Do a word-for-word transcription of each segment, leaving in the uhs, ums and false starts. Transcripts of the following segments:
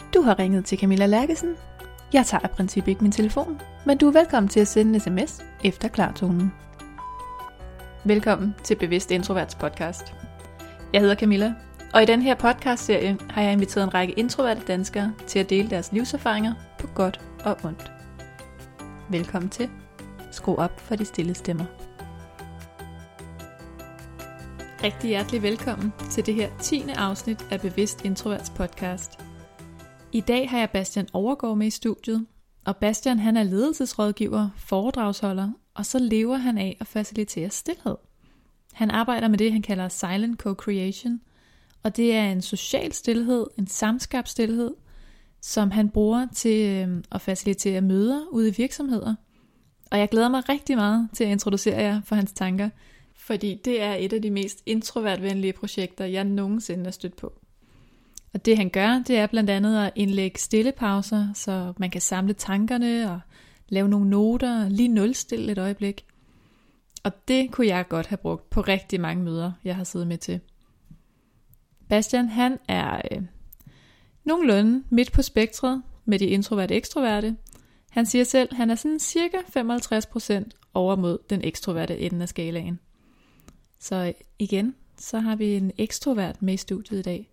Du har ringet til Camilla Lærkesen. Jeg tager af princip ikke min telefon, men du er velkommen til at sende en sms efter klartonen. Velkommen til Bevidst Introverts podcast. Jeg hedder Camilla, og i den her podcastserie har jeg inviteret en række introverte danskere til at dele deres livserfaringer på godt og ondt. Velkommen til. Skru op for de stille stemmer. Rigtig hjertelig velkommen til det her tiende afsnit af Bevidst Introverts podcast. I dag har jeg Bastian Overgaard med i studiet, og Bastian han er ledelsesrådgiver, foredragsholder, og så lever han af at facilitere stilhed. Han arbejder med det, han kalder Silent Co-Creation, og det er en social stilhed, en samskabt stilhed, som han bruger til øh, at facilitere møder ude i virksomheder. Og jeg glæder mig rigtig meget til at introducere jer for hans tanker, fordi det er et af de mest introvertvenlige projekter, jeg nogensinde har stødt på. Og det han gør, det er blandt andet at indlægge stillepauser, så man kan samle tankerne og lave nogle noter, lige nulstille et øjeblik. Og det kunne jeg godt have brugt på rigtig mange møder, jeg har siddet med til. Bastian, han er øh, nogenlunde midt på spektret med de introverte ekstroverte. Han siger selv, at han er sådan cirka femoghalvtreds procent over mod den ekstroverte ende af skalaen. Så igen, så har vi en ekstrovert med i studiet i dag.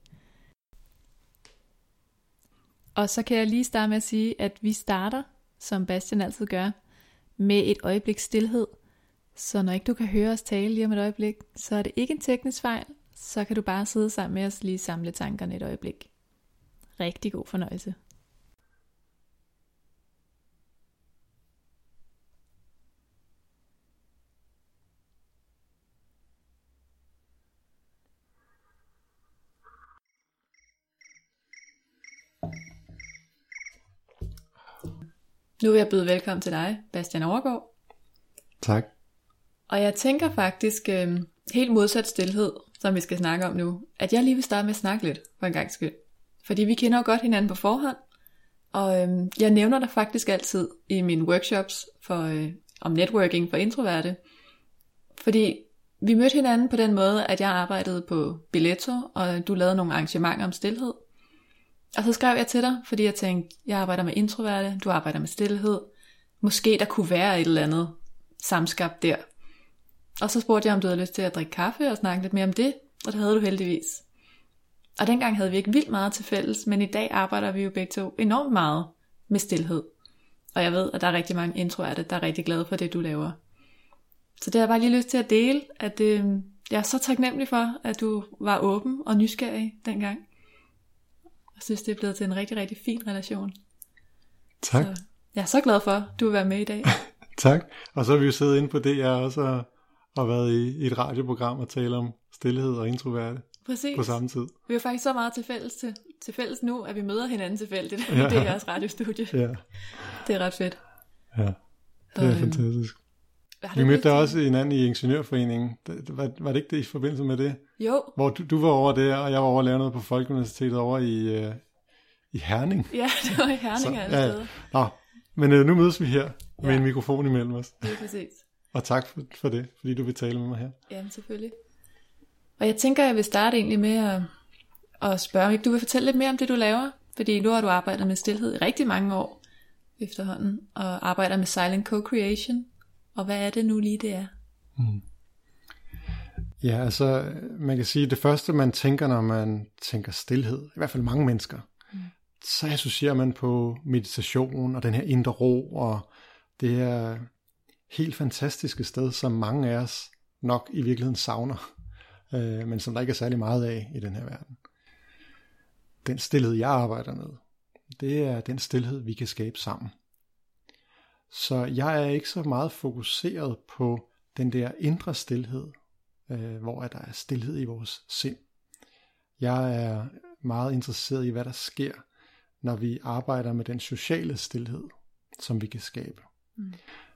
Og så kan jeg lige starte med at sige, at vi starter, som Bastian altid gør, med et øjeblik stilhed. Så når ikke du kan høre os tale lige om et øjeblik, så er det ikke en teknisk fejl, så kan du bare sidde sammen med os lige samle tankerne et øjeblik. Rigtig god fornøjelse. Nu vil jeg byde velkommen til dig, Bastian Overgaard. Tak. Og jeg tænker faktisk øh, helt modsat stilhed, som vi skal snakke om nu, at jeg lige vil starte med at snakke lidt for en gang skyld. Fordi vi kender jo godt hinanden på forhånd, og øh, jeg nævner dig faktisk altid i mine workshops for, øh, om networking for introverte. Fordi vi mødte hinanden på den måde, at jeg arbejdede på Billetto, og du lavede nogle arrangementer om stilhed. Og så skrev jeg til dig, fordi jeg tænkte, jeg arbejder med introverte, du arbejder med stilhed. Måske der kunne være et eller andet samskabt der. Og så spurgte jeg, om du havde lyst til at drikke kaffe og snakke lidt mere om det, og det havde du heldigvis. Og dengang havde vi ikke vildt meget til fælles, men i dag arbejder vi jo begge to enormt meget med stilhed. Og jeg ved, at der er rigtig mange introverte, der er rigtig glade for det, du laver. Så det har jeg bare lige lyst til at dele, at øh, jeg er så taknemmelig for, at du var åben og nysgerrig dengang. Jeg synes, det er blevet til en rigtig, rigtig fin relation. Tak. Så jeg er så glad for, at du vil være med i dag. Tak. Og så har vi jo siddet inde på det, jeg også har, har været i, i et radioprogram og tale om stilhed og introverte. Præcis. På samme tid. Vi er faktisk så meget til fælles, til, til fælles nu, at vi møder hinanden tilfældigt ja. i det her radiostudie. Ja. Det er ret fedt. Ja, det er og, fantastisk. Vi mødte der også hinanden i Ingeniørforeningen. Var, var det ikke det i forbindelse med det? Jo. Hvor du, du var over der, og jeg var over at lave noget på Folkeuniversitetet over i, uh, i Herning. Ja, det var i Herning alle ja, steder. Nå, men uh, nu mødes vi her med ja. en mikrofon imellem os. Det er præcis. Og tak for, for det, fordi du vil tale med mig her. Jamen selvfølgelig. Og jeg tænker, jeg vil starte egentlig med at, at spørge, ikke du vil fortælle lidt mere om det, du laver? Fordi nu har du arbejdet med stilhed i rigtig mange år efterhånden, og arbejder med Silent Co-Creation. Og hvad er det nu lige, det er? Mm. Ja, altså, man kan sige, det første, man tænker, når man tænker stilhed, i hvert fald mange mennesker, mm. så associerer man på meditation og den her indre ro, og det her helt fantastiske sted, som mange af os nok i virkeligheden savner, øh, men som der ikke er særlig meget af i den her verden. Den stilhed, jeg arbejder med, det er den stilhed, vi kan skabe sammen. Så jeg er ikke så meget fokuseret på den der indre stilhed, øh, hvor der er stilhed i vores sind. Jeg er meget interesseret i, hvad der sker, når vi arbejder med den sociale stilhed, som vi kan skabe. Mm.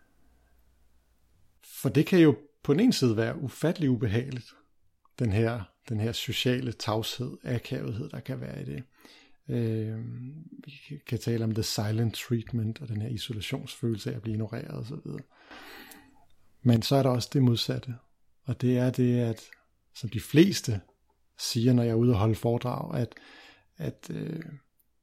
For det kan jo på den ene side være ufattelig ubehageligt, den her, den her sociale tavshed, akavethed, der kan være i det. Øh, vi kan tale om the silent treatment og den her isolationsfølelse af at blive ignoreret og så videre. Men så er der også det modsatte, og det er det, at som de fleste siger, når jeg er ude og holde foredrag, at, at, øh,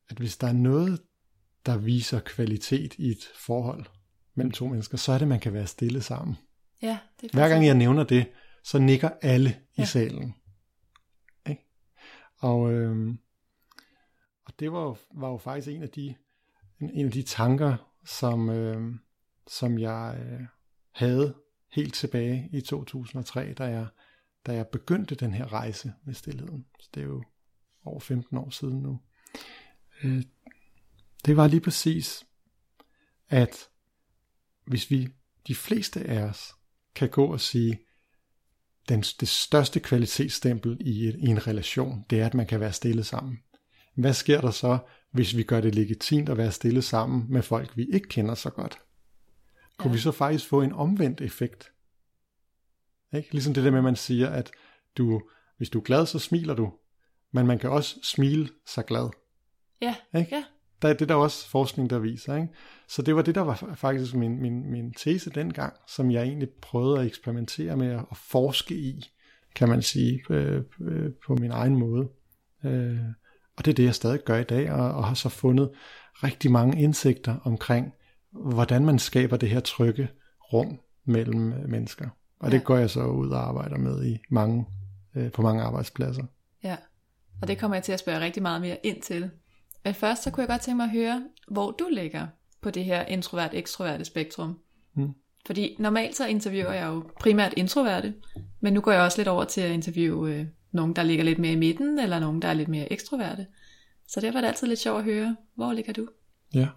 at hvis der er noget, der viser kvalitet i et forhold mellem to mennesker, så er det, at man kan være stille sammen. Ja, det er Hver gang jeg nævner det, så nikker alle i ja. salen. Ikke? Og, øh, og det var jo, var jo faktisk en af de, en, en af de tanker, som, øh, som jeg øh, havde helt tilbage i to tusind og tre, da jeg, da jeg begyndte den her rejse med stilheden. Så det er jo over femten år siden nu. Øh, det var lige præcis, at hvis vi, de fleste af os, kan gå og sige, den, det største kvalitetsstempel i, i en relation, det er, at man kan være stille sammen. Hvad sker der så, hvis vi gør det legitimt at være stille sammen med folk, vi ikke kender så godt? Kunne ja. vi så faktisk få en omvendt effekt? Ikke? Ligesom det der med, at man siger, at du, hvis du er glad, så smiler du. Men man kan også smile sig glad. Ja, ikke? ja. Der er det der også forskning, der viser. Ikke? Så det var det, der var faktisk min, min, min tese dengang, som jeg egentlig prøvede at eksperimentere med at forske i, kan man sige, øh, øh, på min egen måde. Øh, og det er det, jeg stadig gør i dag, og, og har så fundet rigtig mange indsigter omkring, hvordan man skaber det her trygge rum mellem mennesker. Og ja. det går jeg så ud og arbejder med i mange, øh, på mange arbejdspladser. Ja, og det kommer jeg til at spørge rigtig meget mere ind til. Men først så kunne jeg godt tænke mig at høre, hvor du ligger på det her introvert-ekstroverte spektrum. Mm. Fordi normalt så interviewer jeg jo primært introverte, men nu går jeg også lidt over til at interviewe øh, nogen, der ligger lidt mere i midten, eller nogen, der er lidt mere ekstroverte. Så derfor er det altid lidt sjovt at høre, hvor ligger du? Ja,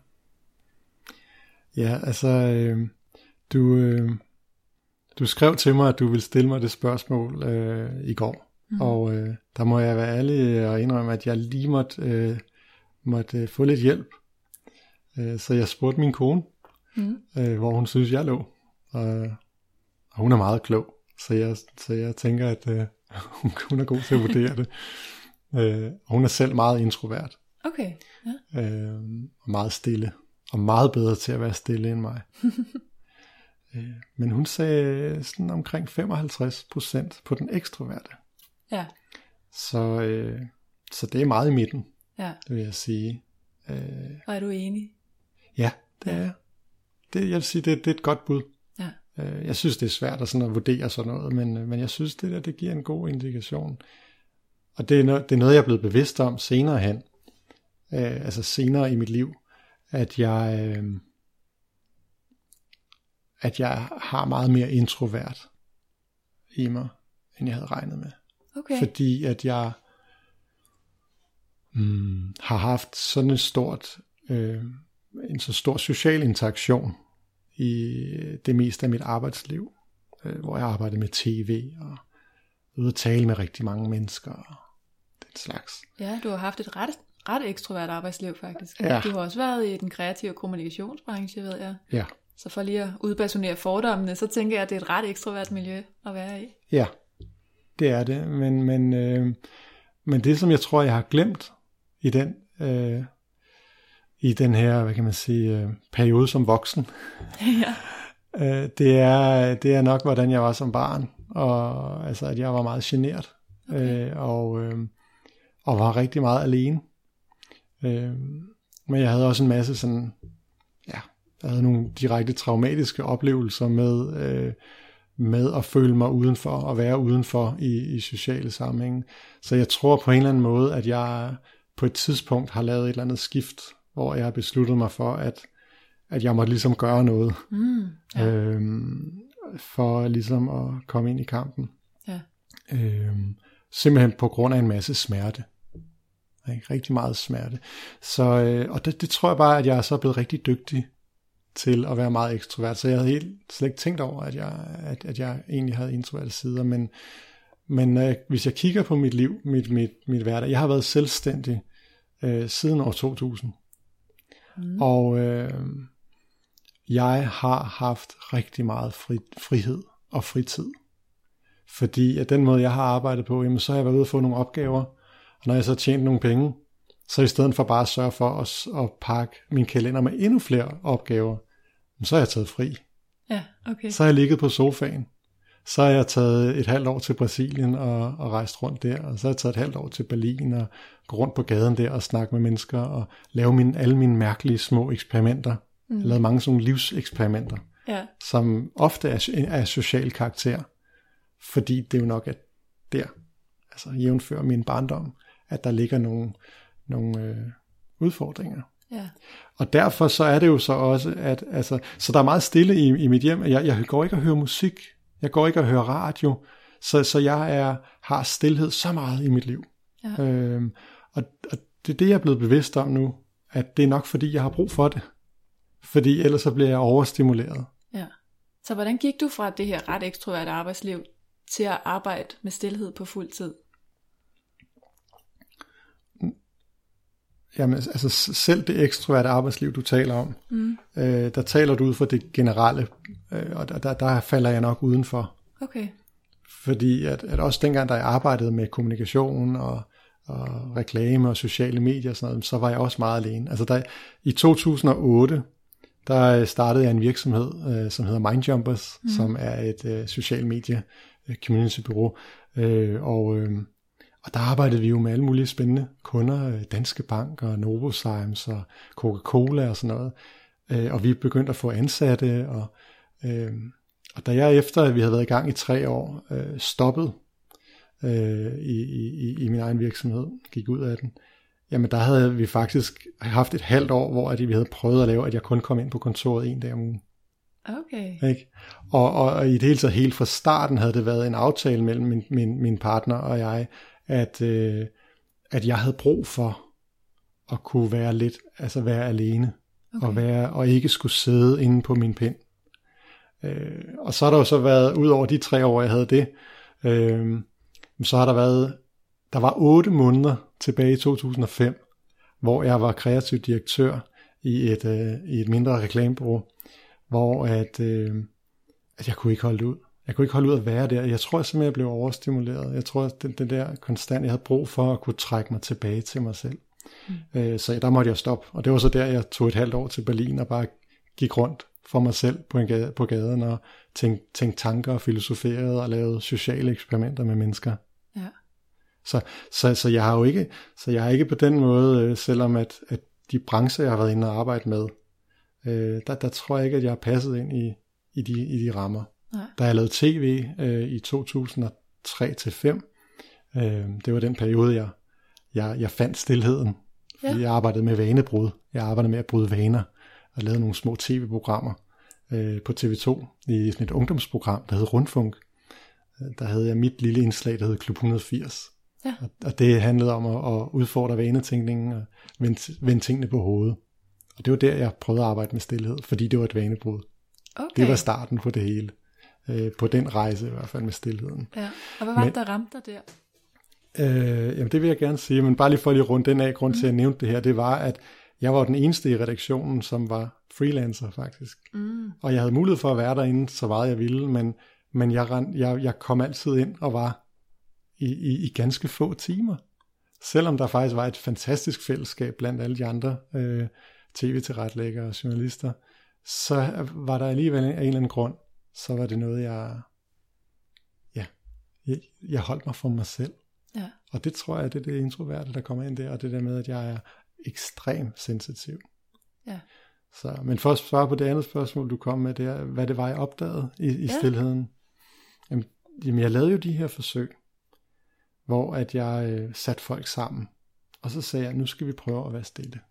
ja altså, øh, du, øh, du skrev til mig, at du ville stille mig det spørgsmål øh, i går, mm. og øh, der må jeg være ærlig og indrømme, at jeg lige måtte... Øh, måtte få lidt hjælp. Så jeg spurgte min kone, mm. hvor hun synes, jeg lå. Og hun er meget klog, så jeg, så jeg tænker, at hun er god til at vurdere det. Hun er selv meget introvert. Okay. Ja. Og meget stille. Og meget bedre til at være stille end mig. Men hun sagde sådan omkring femoghalvtreds procent på den ekstroverte. Ja. Så, så det er meget i midten. Ja. Det vil jeg sige. Øh, og er du enig? Ja, det er jeg. Det, jeg vil sige, det, det er et godt bud. Ja. Øh, jeg synes, det er svært at, sådan at vurdere sådan noget, men, men jeg synes, det der, det giver en god indikation. Og det er, noget, det er noget, jeg er blevet bevidst om senere hen. Øh, altså senere i mit liv, at jeg, øh, at jeg har meget mere introvert i mig, end jeg havde regnet med. Okay. Fordi at jeg Mm, har haft sådan et stort, øh, en så stor social interaktion i det meste af mit arbejdsliv, øh, hvor jeg arbejdede med tv og ude at tale med rigtig mange mennesker og den slags. Ja, du har haft et ret, ret ekstrovert arbejdsliv faktisk. Ja. Du har også været i den kreative kommunikationsbranche, ved jeg. Ja. Så for lige at udpersonere fordommene, så tænker jeg, at det er et ret ekstrovert miljø at være i. Ja, det er det, men, men, øh, men det som jeg tror, jeg har glemt i den øh, i den her, hvad kan man sige, øh, periode som voksen. Ja. øh, det er det er nok hvordan jeg var som barn, og altså at jeg var meget genert, okay. øh, og øh, og var rigtig meget alene. Øh, men jeg havde også en masse sådan, ja, jeg havde nogle direkte traumatiske oplevelser med øh, med at føle mig udenfor og være udenfor i i sociale sammenhænge. Så jeg tror på en eller anden måde, at jeg på et tidspunkt har lavet et eller andet skift, hvor jeg har besluttet mig for, at, at jeg måtte ligesom gøre noget, mm, ja. øhm, for ligesom at komme ind i kampen. Ja. Øhm, simpelthen på grund af en masse smerte. Ikke? Rigtig meget smerte. Så, øh, og det, det tror jeg bare, at jeg er så blevet rigtig dygtig til at være meget ekstrovert. Så jeg havde helt slet ikke tænkt over, at jeg, at, at jeg egentlig havde introverte sider, men Men øh, hvis jeg kigger på mit liv, mit, mit, mit hverdag, jeg har været selvstændig øh, siden år to tusind. Mm. Og øh, jeg har haft rigtig meget fri, frihed og fritid. Fordi at den måde, jeg har arbejdet på, jamen, så har jeg været ude og få nogle opgaver. Og når jeg så har tjent nogle penge, så i stedet for bare at sørge for at, at pakke min kalender med endnu flere opgaver, så har jeg taget fri. Ja, okay. Så har jeg ligget på sofaen. Så har jeg taget et halvt år til Brasilien og, og rejst rundt der, og så har jeg taget et halvt år til Berlin og gå rundt på gaden der og snakke med mennesker og lave mine, alle mine mærkelige små eksperimenter. Mm. Jeg har lavet mange sådan nogle livseksperimenter, ja. Som ofte er af social karakter, fordi det er jo nok at der, altså jævnfør min barndom, at der ligger nogle, nogle øh, udfordringer. Ja. Og derfor så er det jo så også, at altså, så der er meget stille i, i mit hjem. Jeg, jeg går ikke og hører musik, jeg går ikke og hører radio, så, så jeg er, har stilhed så meget i mit liv. Ja. Øhm, og, og det er det, jeg er blevet bevidst om nu, at det er nok fordi, jeg har brug for det. Fordi ellers så bliver jeg overstimuleret. Ja. Så hvordan gik du fra det her ret ekstroverte arbejdsliv til at arbejde med stilhed på fuld tid? Jamen, altså selv det ekstroverte arbejdsliv, du taler om, mm. øh, der taler du ud for det generelle, øh, og der, der falder jeg nok udenfor. Okay. Fordi at, at også dengang, da jeg arbejdede med kommunikation og, og reklame og sociale medier og sådan noget, så var jeg også meget alene. Altså der, i to tusind og otte, der startede jeg en virksomhed, øh, som hedder Mindjumpers, mm. som er et øh, social medie øh, community bureau, øh, og øh, Og der arbejdede vi jo med alle mulige spændende kunder, Danske Bank og Novozymes og Coca-Cola og sådan noget. Og vi begyndte at få ansatte, og, øh, og da jeg efter, at vi havde været i gang i tre år, øh, stoppede øh, i, i, i min egen virksomhed, gik ud af den, jamen der havde vi faktisk haft et halvt år, hvor at vi havde prøvet at lave, at jeg kun kom ind på kontoret en dag om ugen. Okay. Ikke? Og, og, og i det hele taget helt fra starten havde det været en aftale mellem min, min, min partner og jeg, at, øh, at jeg havde brug for at kunne være lidt, altså være alene, okay. og, være, og ikke skulle sidde inde på min pind. Øh, og så har der jo så været, ud over de tre år, jeg havde det, øh, så har der været, der var otte måneder tilbage i to tusind og fem, hvor jeg var kreativ direktør i et, øh, i et mindre reklamebureau, hvor at, øh, at jeg kunne ikke holde det ud. Jeg kunne ikke holde ud at være der. Jeg tror simpelthen, jeg blev overstimuleret. Jeg tror, at den, den der konstant, jeg havde brug for at kunne trække mig tilbage til mig selv. Mm. Øh, så der måtte jeg stoppe. Og det var så der, jeg tog et halvt år til Berlin og bare gik rundt for mig selv på, en gade, på gaden og tænkte, tænkte tanker og filosoferede og lavede sociale eksperimenter med mennesker. Ja. Så, så, så jeg har jo ikke, så jeg har ikke på den måde, selvom at, at de brancher, jeg har været inde og arbejde med, øh, der, der tror jeg ikke, at jeg har passet ind i, i, de, i de rammer. Nej. Da jeg lavede tv øh, i to tusind og tre til fem, øh, det var den periode, jeg, jeg, jeg fandt stilheden. Fordi ja. Jeg arbejdede med vanebrud. Jeg arbejdede med at bryde vaner og lavede nogle små tv-programmer øh, på T V to i sådan et ungdomsprogram, der hed Rundfunk. Der havde jeg mit lille indslag, der hed Klub et hundrede og firs. Ja. Og, og det handlede om at, at udfordre vanetænkningen og vende, vende tingene på hovedet. Og det var der, jeg prøvede at arbejde med stilhed, fordi det var et vanebrud. Okay. Det var starten på det hele. Øh, på den rejse i hvert fald med stilheden. Ja. Og hvad var det, der ramte dig der? Øh, jamen det vil jeg gerne sige, men bare lige for lige rundt den af, grund til at jeg nævnte det her, det var, at jeg var den eneste i redaktionen, som var freelancer faktisk. Mm. Og jeg havde mulighed for at være derinde, så meget jeg ville, men, men jeg, jeg, jeg kom altid ind og var i, i, i ganske få timer. Selvom der faktisk var et fantastisk fællesskab blandt alle de andre øh, tv-tilretlæggere og journalister, så var der alligevel en, en eller anden grund, så var det noget, jeg, ja, jeg, jeg holdt mig for mig selv. Ja. Og det tror jeg, det er det introverte, der kommer ind der, og det der med, at jeg er ekstremt sensitiv. Ja. Så, men for at svare på det andet spørgsmål, du kom med, det er, hvad det var, jeg opdagede i, i ja. stilheden. Jamen, jamen, jeg lavede jo de her forsøg, hvor at jeg øh, satte folk sammen, og så sagde jeg, nu skal vi prøve at være stille.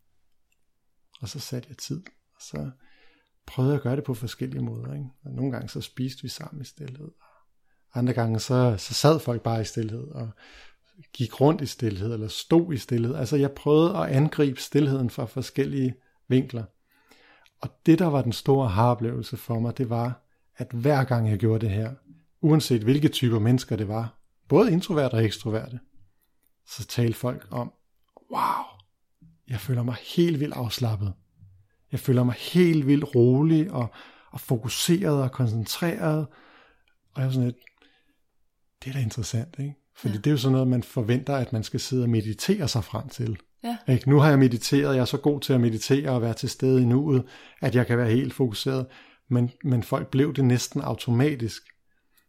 Og så satte jeg tid, og så prøvede at gøre det på forskellige måder. Ikke? Og nogle gange så spiste vi sammen i stilhed. Andre gange så, så sad folk bare i stilhed og gik rundt i stilhed eller stod i stilhed. Altså jeg prøvede at angribe stilheden fra forskellige vinkler. Og det der var den store aha-oplevelse for mig, det var, at hver gang jeg gjorde det her, uanset hvilke typer mennesker det var, både introverte og ekstroverte, så talte folk om, wow, jeg føler mig helt vildt afslappet. Jeg føler mig helt vildt rolig og, og fokuseret og koncentreret. Og jeg er sådan lidt, det er da interessant, ikke? Fordi ja. Det er jo sådan noget, man forventer, at man skal sidde og meditere sig frem til. Ja. Ikke? Nu har jeg mediteret, jeg er så god til at meditere og være til stede i nuet, at jeg kan være helt fokuseret. Men, men folk blev det næsten automatisk.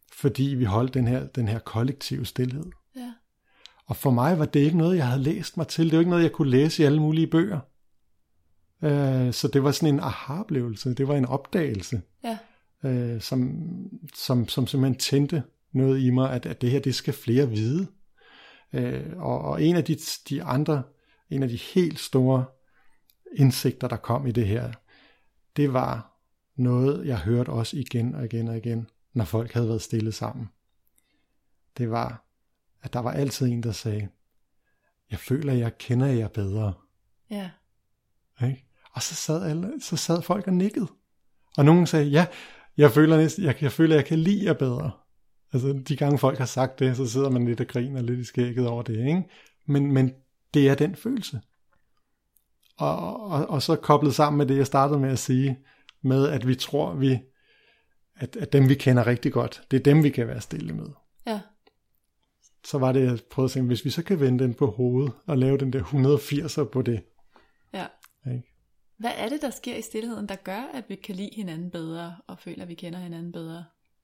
fordi vi holdt den her, den her kollektive stilhed. Ja. Og for mig var det ikke noget, jeg havde læst mig til. Det var ikke noget, jeg kunne læse i alle mulige bøger. Øh, så det var sådan en aha-oplevelse. Det var en opdagelse, Ja. øh, som, som, som simpelthen tændte noget i mig, at, at det her, det skal flere vide. Øh, og, og en af de, de andre, en af de helt store indsigter, der kom i det her, det var noget, jeg hørte også igen og igen og igen, når folk havde været stille sammen. Det var, at der var altid en, der sagde, jeg føler, jeg kender jer bedre. Ja. Ikke? Og så sad, alle, så sad folk og nikkede. Og nogen sagde, ja, jeg føler, næsten, jeg, jeg føler, jeg kan lide jer bedre. Altså de gange folk har sagt det, så sidder man lidt og griner lidt i skægget over det. Ikke? Men, men det er den følelse. Og, og, og så koblet sammen med det, jeg startede med at sige, med at vi tror, vi, at, at dem vi kender rigtig godt, det er dem, vi kan være stille med. Ja. Så var det, jeg prøvede at sige, hvis vi så kan vende den på hovedet, og lave den der et hundrede og firser på det. Ja. Ikke? Hvad er det, der sker i stillheden, der gør, at vi kan lide hinanden bedre, og føler, at vi kender hinanden bedre?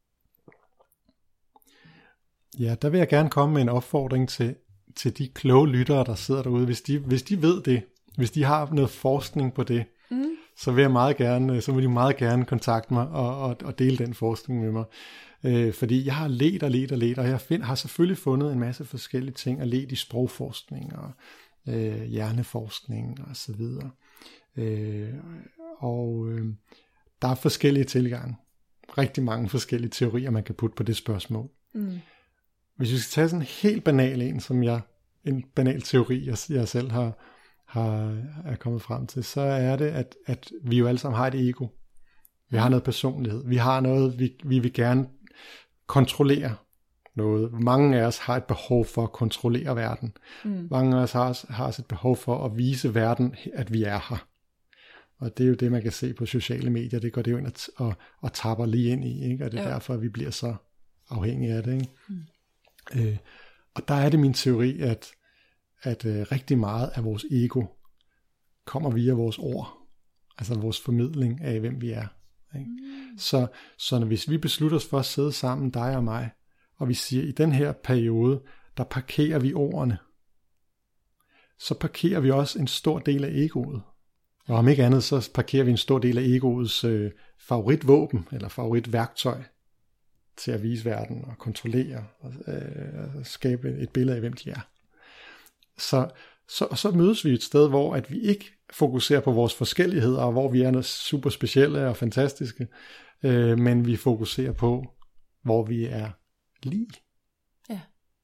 Ja, der vil jeg gerne komme med en opfordring til, til de kloge lyttere, der sidder derude. Hvis de, hvis de ved det, hvis de har noget forskning på det, mm. så vil jeg meget gerne, så vil de meget gerne kontakte mig og, og, og dele den forskning med mig. Øh, fordi jeg har let og let og let, og jeg find, har selvfølgelig fundet en masse forskellige ting, og let i sprogforskning og øh, hjerneforskning og så videre. Øh, og øh, der er forskellige tilgange. Rigtig mange forskellige teorier, man kan putte på det spørgsmål. Mm. Hvis vi skal tage sådan en helt banal en, som jeg, en banal teori, jeg, jeg selv har, har er kommet frem til, så er det, at, at vi jo alle sammen har et ego. Vi har noget personlighed. Vi har noget, vi, vi vil gerne kontrollere noget. Mange af os har et behov for at kontrollere verden. Mm. Mange af os har, har også et behov for at vise verden, at vi er her. Og det er jo det, man kan se på sociale medier. Det går det jo ind og, og, og tapper lige ind i, ikke? Og det er ja. derfor, at vi bliver så afhængige af det. Ikke? Mm. Øh, og der er det min teori, at, at øh, rigtig meget af vores ego kommer via vores ord. Altså vores formidling af, hvem vi er. Ikke? Mm. Så, så når, hvis vi beslutter os for at sidde sammen, dig og mig, og vi siger, at i den her periode, der parkerer vi ordene, så parkerer vi også en stor del af egoet. Og om ikke andet, så parkerer vi en stor del af egoets øh, favoritvåben, eller favoritværktøj, til at vise verden og kontrollere og øh, skabe et billede af, hvem de er. Så, så, og så mødes vi et sted, hvor at vi ikke fokuserer på vores forskelligheder, og hvor vi er noget super specielle og fantastiske, øh, men vi fokuserer på, hvor vi er lige. Ja.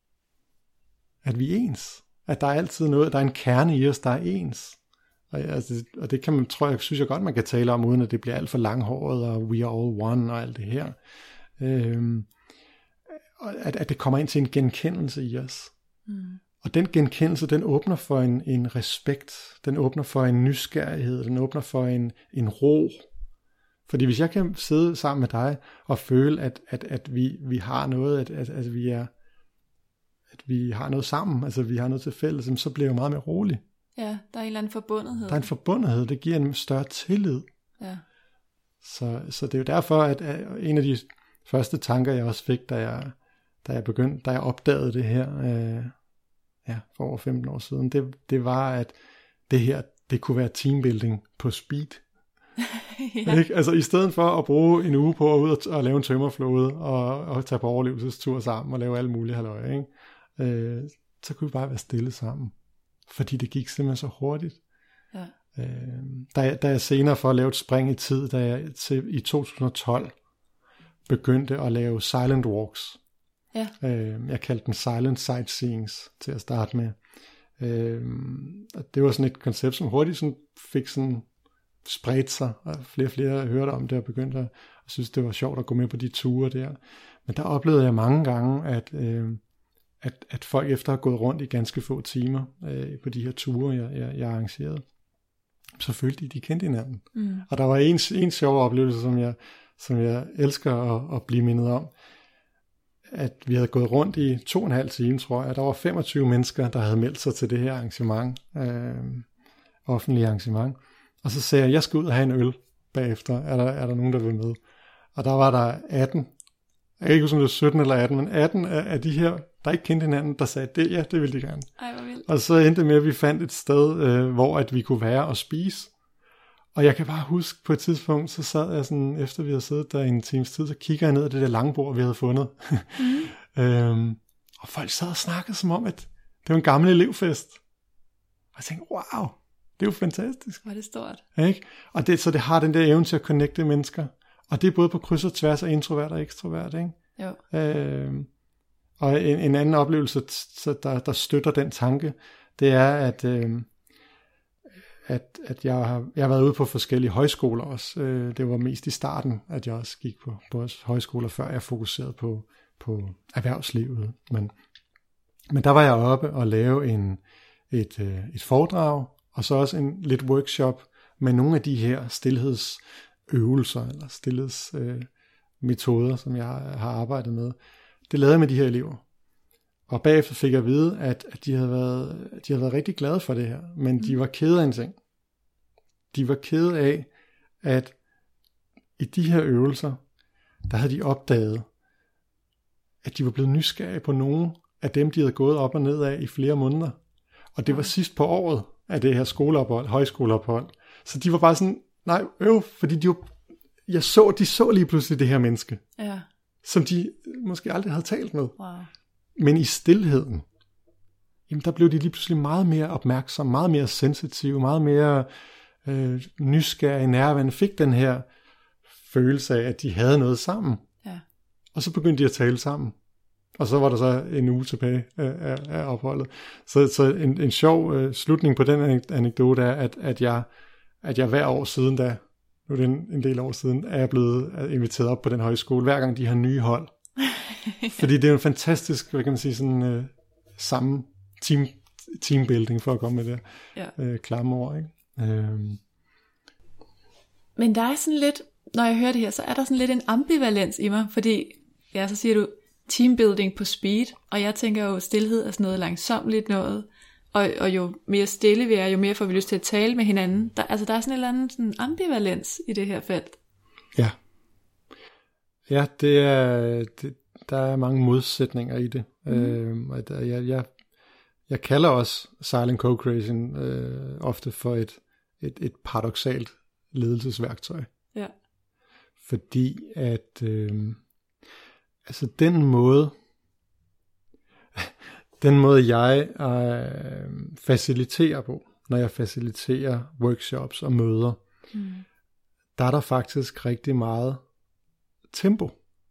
At vi er ens. At der er altid noget, der er en kerne i os, der er ens. Og, altså, og det kan man, tror jeg, synes jeg godt, man kan tale om, uden at det bliver alt for langhåret, og we are all one, og alt det her. Øhm, at, at det kommer ind til en genkendelse i os. Mm. Og den genkendelse, den åbner for en, en respekt, den åbner for en nysgerrighed, den åbner for en, en ro. Fordi hvis jeg kan sidde sammen med dig og føle, at, at, at vi, vi har noget, at, at, at, vi er, at vi har noget sammen, altså vi har noget til fælles, så bliver jeg jo meget mere rolig. Ja, der er en eller anden forbundethed. Der er en forbundethed, det giver en større tillid. Ja. Så, så det er jo derfor, at, at en af de første tanker, jeg også fik, da jeg, da jeg begyndte, da jeg opdagede det her, øh, ja, for over femten år siden, det, det var, at det her, det kunne være teambuilding på speed. Ja. Ikke? Altså i stedet for at bruge en uge på at ud og, og lave en tømmerflåde, og, og tage på overlevelsestur sammen, og lave alle mulige halløj, ikke? Øh, så kunne vi bare være stille sammen. Fordi det gik simpelthen så hurtigt. Ja. Øh, da, jeg, da jeg senere for at lave et spring i tid, da jeg til, i to tusind og tolv begyndte at lave silent walks. Ja. Øh, jeg kaldte den silent sightseeings til at starte med. Øh, det var sådan et koncept, som hurtigt sådan fik sådan spredt sig, og flere og flere hørte om det og begyndte at og synes, det var sjovt at gå med på de ture der. Men der oplevede jeg mange gange, at øh, At, at folk efter at have gået rundt i ganske få timer øh, på de her ture, jeg, jeg, jeg arrangerede, så følte de, de kendte hinanden. Mm. Og der var en, en sjov oplevelse, som jeg, som jeg elsker at, at blive mindet om, at vi havde gået rundt i to og en halv time, tror jeg. Der var femogtyve mennesker, der havde meldt sig til det her arrangement, øh, offentlige arrangement. Og så sagde jeg, jeg skal ud og have en øl bagefter. Er der, er der nogen, der vil med? Og der var der atten Jeg kan ikke huske, om det var sytten eller atten, men atten af, af de her, der ikke kendte hinanden, der sagde, det, ja, det ville de gerne. Ej, hvor vildt. Og så endte det med, at vi fandt et sted, øh, hvor at vi kunne være og spise. Og jeg kan bare huske, på et tidspunkt, så sad jeg sådan, efter vi havde siddet der i en times tid, så kigger jeg ned ad det der lange bord, vi havde fundet. Mm. øhm, og folk sad og snakkede som om, at det var en gammel elevfest. Og jeg tænkte, wow, det er jo fantastisk. Var det stort. Ikke? Og det, så det har den der evne til at connecte mennesker. Og det er både på kryds og tværs af introvert og ekstrovert. Ikke? Jo. Øhm, og en, en anden oplevelse, så der, der støtter den tanke, det er, at... Øhm, at, at jeg, har, jeg har været ude på forskellige højskoler også. Øh, det var mest i starten, at jeg også gik på, på højskoler, før jeg fokuserede på, på erhvervslivet. Men, men der var jeg oppe og lave en, et, øh, et foredrag, og så også en lidt workshop med nogle af de her stilhedsøvelser, eller stilhedsmetoder, øh, som jeg har arbejdet med. Det lavede jeg med de her elever. Og bagefter fik jeg at vide, at, at de, havde været, de havde været rigtig glade for det her, men mm. de var kede af en ting. De var kede af, at i de her øvelser, der havde de opdaget, at de var blevet nysgerrige på nogen af dem, de havde gået op og ned af i flere måneder. Og det var sidst på året af det her skoleophold, højskoleophold. Så de var bare sådan, nej, øv, fordi de, jo, jeg så, de så lige pludselig det her menneske, ja. som de måske aldrig havde talt med. Wow. Men i stilheden, jamen der blev de lige pludselig meget mere opmærksomme, meget mere sensitive, meget mere øh, nysgerrige, nærværende, fik den her følelse af, at de havde noget sammen. Ja. Og så begyndte de at tale sammen. Og så var der så en uge tilbage af, af opholdet. Så, så en, en sjov øh, slutning på den anekdote er, at, at, jeg, at jeg hver år siden da, nu er det en, en del år siden, er jeg blevet inviteret op på den højskole, hver gang de har nye hold. Fordi det er en fantastisk, hvad kan man sige, sådan øh, samme team, teambuilding, for at komme med det ja. øh, klamme ord, ikke? Øhm. Men der er sådan lidt, når jeg hører det her, så er der sådan lidt en ambivalens i mig, fordi, ja, så siger du teambuilding på speed, og jeg tænker jo, stillhed er sådan noget langsomligt noget, og, og jo mere stille vi er, jo mere får vi lyst til at tale med hinanden. Der, altså der er sådan en eller anden sådan ambivalens i det her felt. Ja. Ja, det er, det, der er mange modsætninger i det. Mm. Øh, og der, jeg, jeg, jeg kalder også silent co-creation øh, ofte for et, et, et paradoksalt ledelsesværktøj. Ja. Fordi at øh, altså den måde, den måde jeg øh, faciliterer på, når jeg faciliterer workshops og møder, mm. der er der faktisk rigtig meget tempo.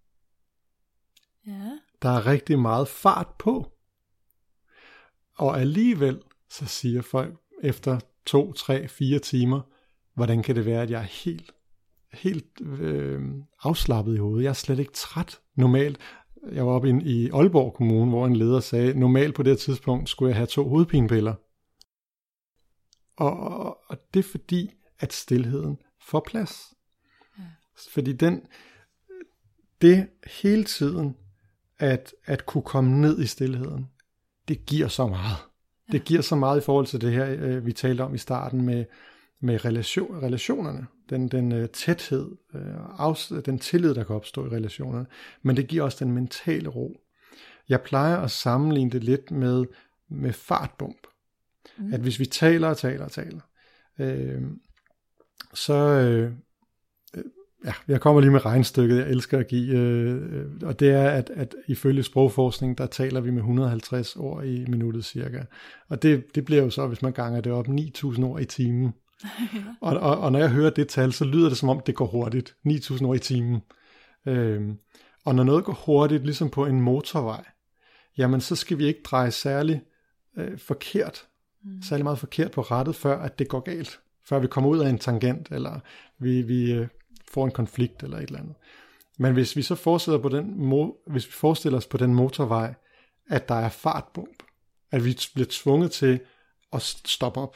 Ja. Der er rigtig meget fart på. Og alligevel så siger folk efter to, tre, fire timer, hvordan kan det være, at jeg er helt, helt øh, afslappet i hovedet. Jeg er slet ikke træt normalt. Jeg var oppe i, i Aalborg Kommune, hvor en leder sagde, normalt på det tidspunkt skulle jeg have to hovedpinepiller. Og, og, og det er fordi, at stilheden får plads. Ja. Fordi den, det hele tiden, at, at kunne komme ned i stilheden, det giver så meget. Ja. Det giver så meget i forhold til det her, øh, vi talte om i starten med, med relation, relationerne. Den, den øh, tæthed, øh, afs, den tillid, der kan opstå i relationerne. Men det giver også den mentale ro. Jeg plejer at sammenligne det lidt med, med fartbump. Mm. At hvis vi taler og taler og taler, øh, så... Øh, Ja, jeg kommer lige med regnstykket, jeg elsker at give, øh, og det er, at, at ifølge sprogforskning, der taler vi med et hundrede og halvtreds ord i minuttet cirka. Og det, det bliver jo så, hvis man ganger det op, ni tusind ord i timen. Ja. Og, og, og når jeg hører det tal, så lyder det som om, det går hurtigt. ni tusind ord i timen. Øhm, og når noget går hurtigt, ligesom på en motorvej, jamen så skal vi ikke dreje særlig øh, forkert, mm. særlig meget forkert på rettet, før at det går galt. Før vi kommer ud af en tangent, eller vi... vi øh, får en konflikt eller et eller andet. Men hvis vi så forestiller, på den mo- hvis vi forestiller os på den motorvej, at der er fartbump, at vi bliver tvunget til at stoppe op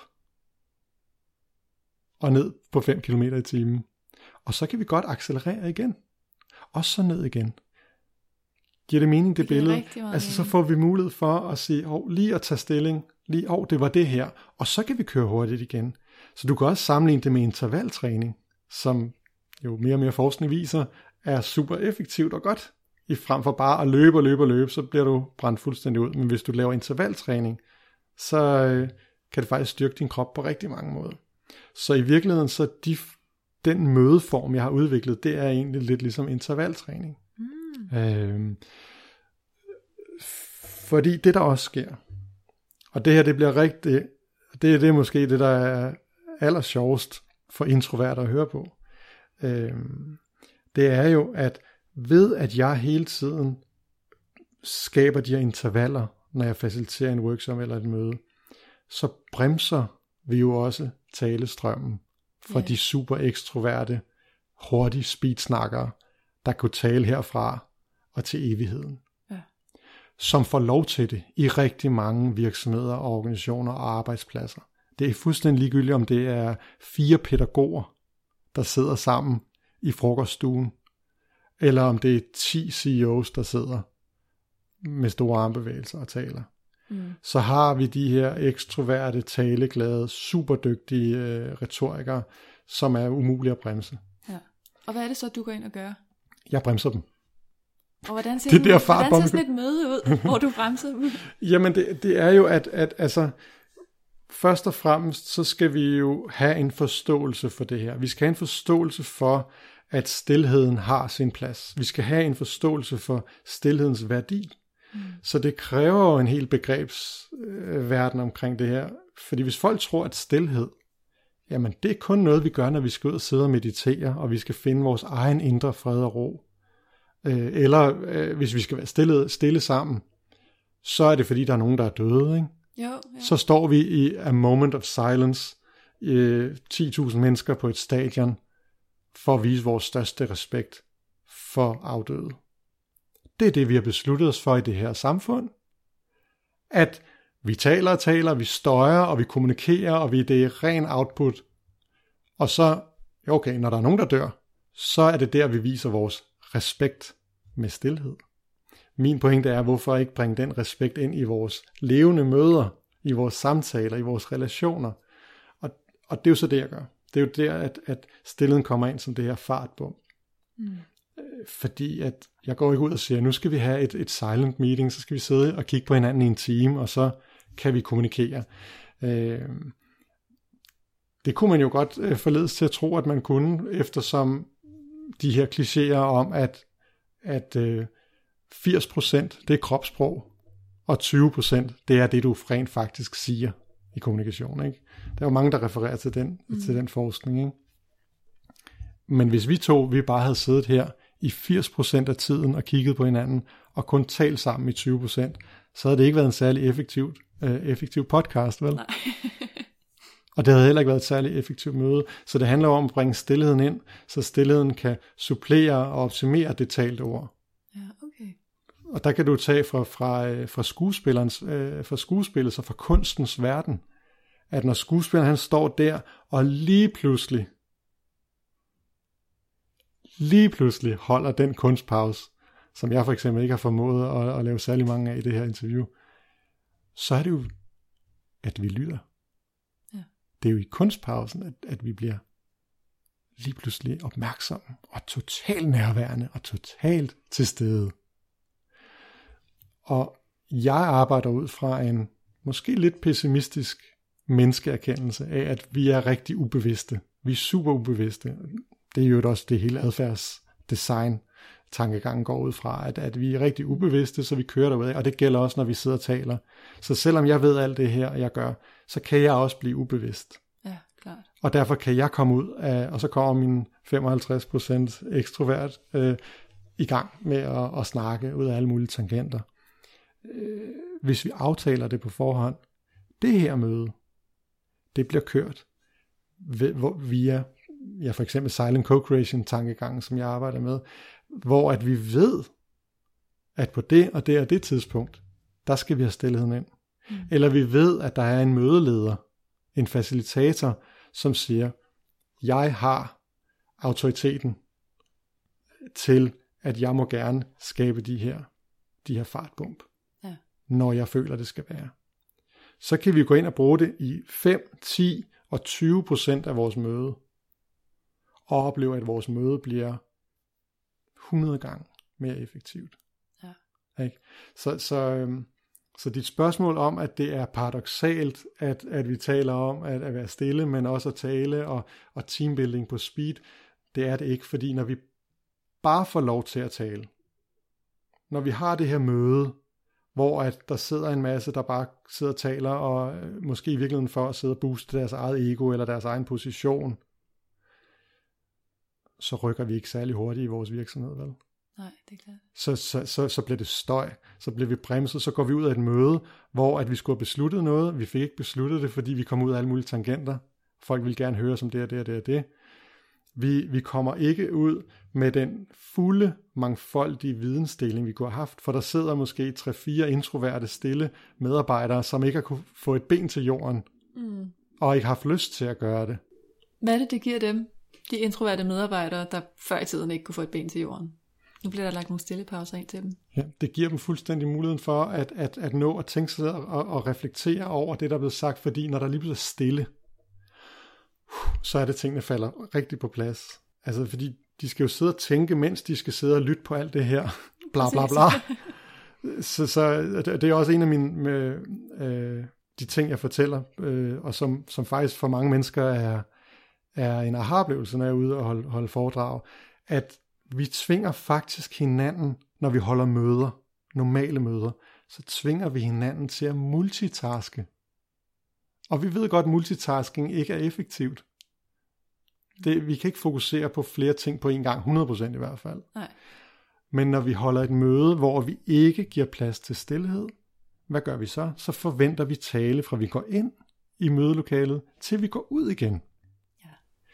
og ned på fem kilometer i timen, og så kan vi godt accelerere igen, og så ned igen. Giver det mening, det, det billede? Altså så får vi mulighed for at sige, oh, lige at tage stilling, lige, oh, det var det her, og så kan vi køre hurtigt igen. Så du kan også sammenligne det med intervaltræning, som jo mere og mere forskning viser, er super effektivt og godt i frem for bare at løbe og løbe og løbe, så bliver du brændt fuldstændig ud. Men hvis du laver intervaltræning, så øh, kan det faktisk styrke din krop på rigtig mange måder. Så i virkeligheden, så de, den mødeform, jeg har udviklet, det er egentlig lidt ligesom intervaltræning. Mm. Øh, fordi det, der også sker, og det her, det bliver rigtig, det, det er måske det, der er allersjovest for introverter at høre på, øh, det er jo, at ved at jeg hele tiden skaber de her intervaller, når jeg faciliterer en workshop eller et møde, så bremser vi jo også talestrømmen fra yeah. de super ekstroverte, hurtige speedsnakkere, der kunne tale herfra og til evigheden. Yeah. Som får lov til det i rigtig mange virksomheder, organisationer og arbejdspladser. Det er fuldstændig ligegyldigt, om det er fire pædagoger, der sidder sammen i frokoststuen, eller om det er ti C E O's, der sidder med store armbevægelser og taler. Mm. Så har vi de her ekstroverte, taleglade, superdygtige øh, retorikere, som er umulige at bremse. Ja. Og hvad er det så, du går ind og gør? Jeg bremser dem. Og hvordan ser, det du, der hvordan ser sådan et møde ud, hvor du bremser dem? Jamen det, det er jo, at, at altså, først og fremmest, så skal vi jo have en forståelse for det her. Vi skal have en forståelse for, at stilheden har sin plads. Vi skal have en forståelse for stilhedens værdi. Mm. Så det kræver jo en hel begrebsverden øh, omkring det her. Fordi hvis folk tror, at stilhed, jamen det er kun noget, vi gør, når vi skal ud og sidde og meditere, og vi skal finde vores egen indre fred og ro. Øh, eller øh, hvis vi skal være stille, stille sammen, så er det fordi, der er nogen, der er døde. Ikke? Jo, jo. Så står vi i a moment of silence, øh, ti tusind mennesker på et stadion, for at vise vores største respekt for afdøde. Det er det, vi har besluttet os for i det her samfund. At vi taler og taler, vi støjer, og vi kommunikerer, og vi, det er ren output. Og så, okay, når der er nogen, der dør, så er det der, vi viser vores respekt med stilhed. Min pointe er, hvorfor ikke bringe den respekt ind i vores levende møder, i vores samtaler, i vores relationer. Og, og det er jo så det, jeg gør. Det er jo der, at, at stilheden kommer ind som det her fartbom. Mm. Fordi at jeg går ikke ud og siger, nu skal vi have et, et silent meeting, så skal vi sidde og kigge på hinanden i en time, og så kan vi kommunikere. Øh, det kunne man jo godt øh, forledes til at tro, at man kunne, eftersom de her klichéer om, at, at øh, firs procent det er kropssprog, og tyve procent det er det, du rent faktisk siger i kommunikation. Ikke? Der er jo mange, der refererer til den, mm. til den forskning. Ikke? Men hvis vi to, vi bare havde siddet her i firs procent af tiden og kigget på hinanden, og kun talt sammen i tyve procent, så havde det ikke været en særlig effektiv, øh, effektiv podcast, vel? Nej. Og det havde heller ikke været et særligt effektivt møde. Så det handler om at bringe stilheden ind, så stilheden kan supplere og optimere det talte ord. Ja, okay. Og der kan du tage fra, fra, fra skuespillerens, øh, fra skuespillet, så fra kunstens verden, at når skuespilleren han står der, og lige pludselig, lige pludselig holder den kunstpause, som jeg for eksempel ikke har formået at, at lave særlig mange af i det her interview, så er det jo, at vi lytter. Ja. Det er jo i kunstpausen, at, at vi bliver lige pludselig opmærksomme, og totalt nærværende, og totalt til stede. Og jeg arbejder ud fra en måske lidt pessimistisk menneskeerkendelse af, at vi er rigtig ubevidste. Vi er super ubevidste. Det er jo også det hele adfærdsdesign tankegangen går ud fra, at, at vi er rigtig ubevidste, så vi kører derud af, og det gælder også, når vi sidder og taler. Så selvom jeg ved alt det her, jeg gør, så kan jeg også blive ubevidst. Ja, klart. Og derfor kan jeg komme ud af, og så kommer min femoghalvtreds procent ekstrovert øh, i gang med at, at snakke ud af alle mulige tangenter. Øh, hvis vi aftaler det på forhånd, det her møde, det bliver kørt via ja, for eksempel silent co-creation tankegangen, som jeg arbejder med, hvor at vi ved, at på det og det og det tidspunkt, der skal vi have stilheden ind. Mm. Eller vi ved, at der er en mødeleder, en facilitator, som siger, jeg har autoriteten til, at jeg må gerne skabe de her, de her fartbump, ja. Når jeg føler, det skal være. Så kan vi gå ind og bruge det i fem, ti og tyve procent af vores møde, og opleve, at vores møde bliver hundrede gange mere effektivt. Ja. Ikke? Så, så, øhm, så dit spørgsmål om, at det er paradoksalt, at, at vi taler om at, at være stille, men også at tale og, og teambuilding på speed, det er det ikke, fordi når vi bare får lov til at tale, når vi har det her møde, hvor at der sidder en masse, der bare sidder og taler, og måske i virkeligheden for at sidde og booste deres eget ego eller deres egen position, så rykker vi ikke særlig hurtigt i vores virksomhed, vel? Nej, det er klart. Så, så, så, så bliver det støj, så bliver vi bremset, så går vi ud af et møde, hvor at vi skulle have besluttet noget, vi fik ikke besluttet det, fordi vi kom ud af alle mulige tangenter, folk ville gerne høre som det og det og det og det. Vi, vi kommer ikke ud med den fulde, mangfoldige vidensdeling, vi kunne have haft, for der sidder måske tre-fire introverte, stille medarbejdere, som ikke har kunne få et ben til jorden, mm. og ikke har haft lyst til at gøre det. Hvad er det, det giver dem, de introverte medarbejdere, der før i tiden ikke kunne få et ben til jorden? Nu bliver der lagt nogle stille pauser ind til dem. Ja, det giver dem fuldstændig muligheden for at, at, at nå at tænke sig og, og reflektere over det, der er blevet sagt, fordi når der lige bliver stille, så er det, tingene falder rigtig på plads. Altså, fordi de skal jo sidde og tænke, mens de skal sidde og lytte på alt det her. Bla, bla, bla. så, så det er også en af mine, med, øh, de ting, jeg fortæller, øh, og som, som faktisk for mange mennesker er, er en aha-oplevelse, når jeg er ude og holde, holde foredrag, at vi tvinger faktisk hinanden, når vi holder møder, normale møder, så tvinger vi hinanden til at multitaske. Og vi ved godt, at multitasking ikke er effektivt. Det, vi kan ikke fokusere på flere ting på en gang, hundrede procent i hvert fald. Nej. Men når vi holder et møde, hvor vi ikke giver plads til stillhed, hvad gør vi så? Så forventer vi tale fra vi går ind i mødelokalet, til vi går ud igen. Ja.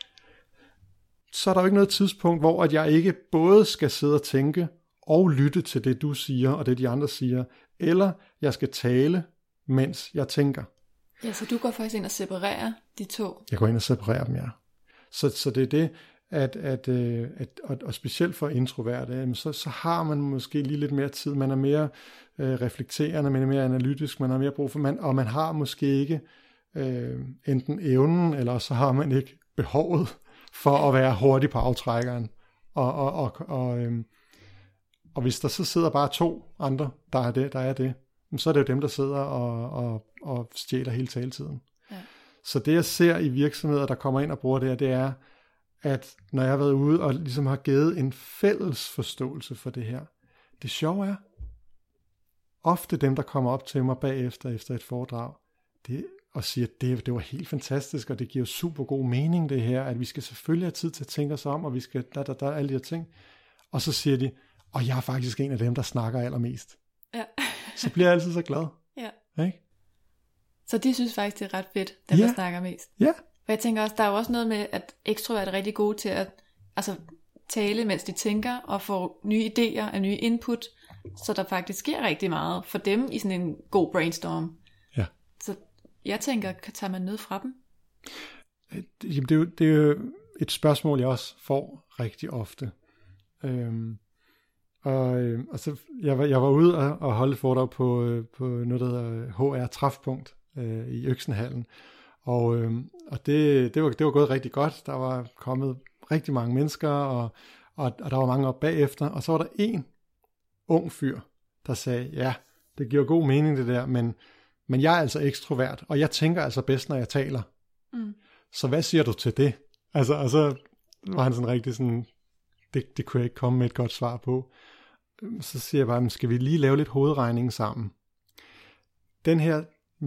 Så er der jo ikke noget tidspunkt, hvor at jeg ikke både skal sidde og tænke og lytte til det, du siger, og det de andre siger, eller jeg skal tale, mens jeg tænker. Ja, så du går faktisk ind og separerer de to. Jeg går ind og separerer dem, ja. Så, så det er det, at, at, at og, og specielt for introverte, så, så har man måske lige lidt mere tid. Man er mere øh, reflekterende, man er mere analytisk, man har mere brug for, man, og man har måske ikke øh, enten evnen, eller så har man ikke behovet for at være hurtig på aftrækkeren. Og, og, og, og, øh, og hvis der så sidder bare to andre, der er det, der er det, så er det jo dem, der sidder og, og, og stjæler hele taletiden. Ja. Så det jeg ser i virksomheder, der kommer ind og bruger det her, det er, at når jeg har været ude og ligesom har givet en fælles forståelse for det her, det sjove er, ofte dem, der kommer op til mig bagefter efter et foredrag, det, og siger, at det, det var helt fantastisk, og det giver super god mening det her, at vi skal selvfølgelig have tid til at tænke os om, og vi skal da, da, da, alle de her ting. Og så siger de, og jeg er faktisk en af dem, der snakker allermest. Ja. Så bliver jeg altid så glad. Ja. Ikke? Så de synes faktisk, det er ret fedt, dem ja. der snakker mest. Ja. Og jeg tænker også, der er jo også noget med, at ekstrovert er rigtig gode til at altså, tale, mens de tænker, og få nye idéer og nye input, så der faktisk sker rigtig meget for dem i sådan en god brainstorm. Ja. Så jeg tænker, tager man noget fra dem? Det, det, er jo, det er jo et spørgsmål, jeg også får rigtig ofte. Øhm, og, og så, jeg, var, jeg var ude og, og holde et foredrag på, på noget, der hedder H R Træfpunkt øh, i Øksenhallen. Og, øh, og det, det, var, det var gået rigtig godt. Der var kommet rigtig mange mennesker, og, og, og der var mange op bagefter. Og så var der en ung fyr, der sagde, ja, det giver god mening det der, men, men jeg er altså ekstrovert, og jeg tænker altså bedst, når jeg taler. Mm. Så hvad siger du til det? Altså, og så var han sådan rigtig sådan, det, det kunne jeg ikke komme med et godt svar på. Så siger jeg bare, skal vi lige lave lidt hovedregning sammen? Den her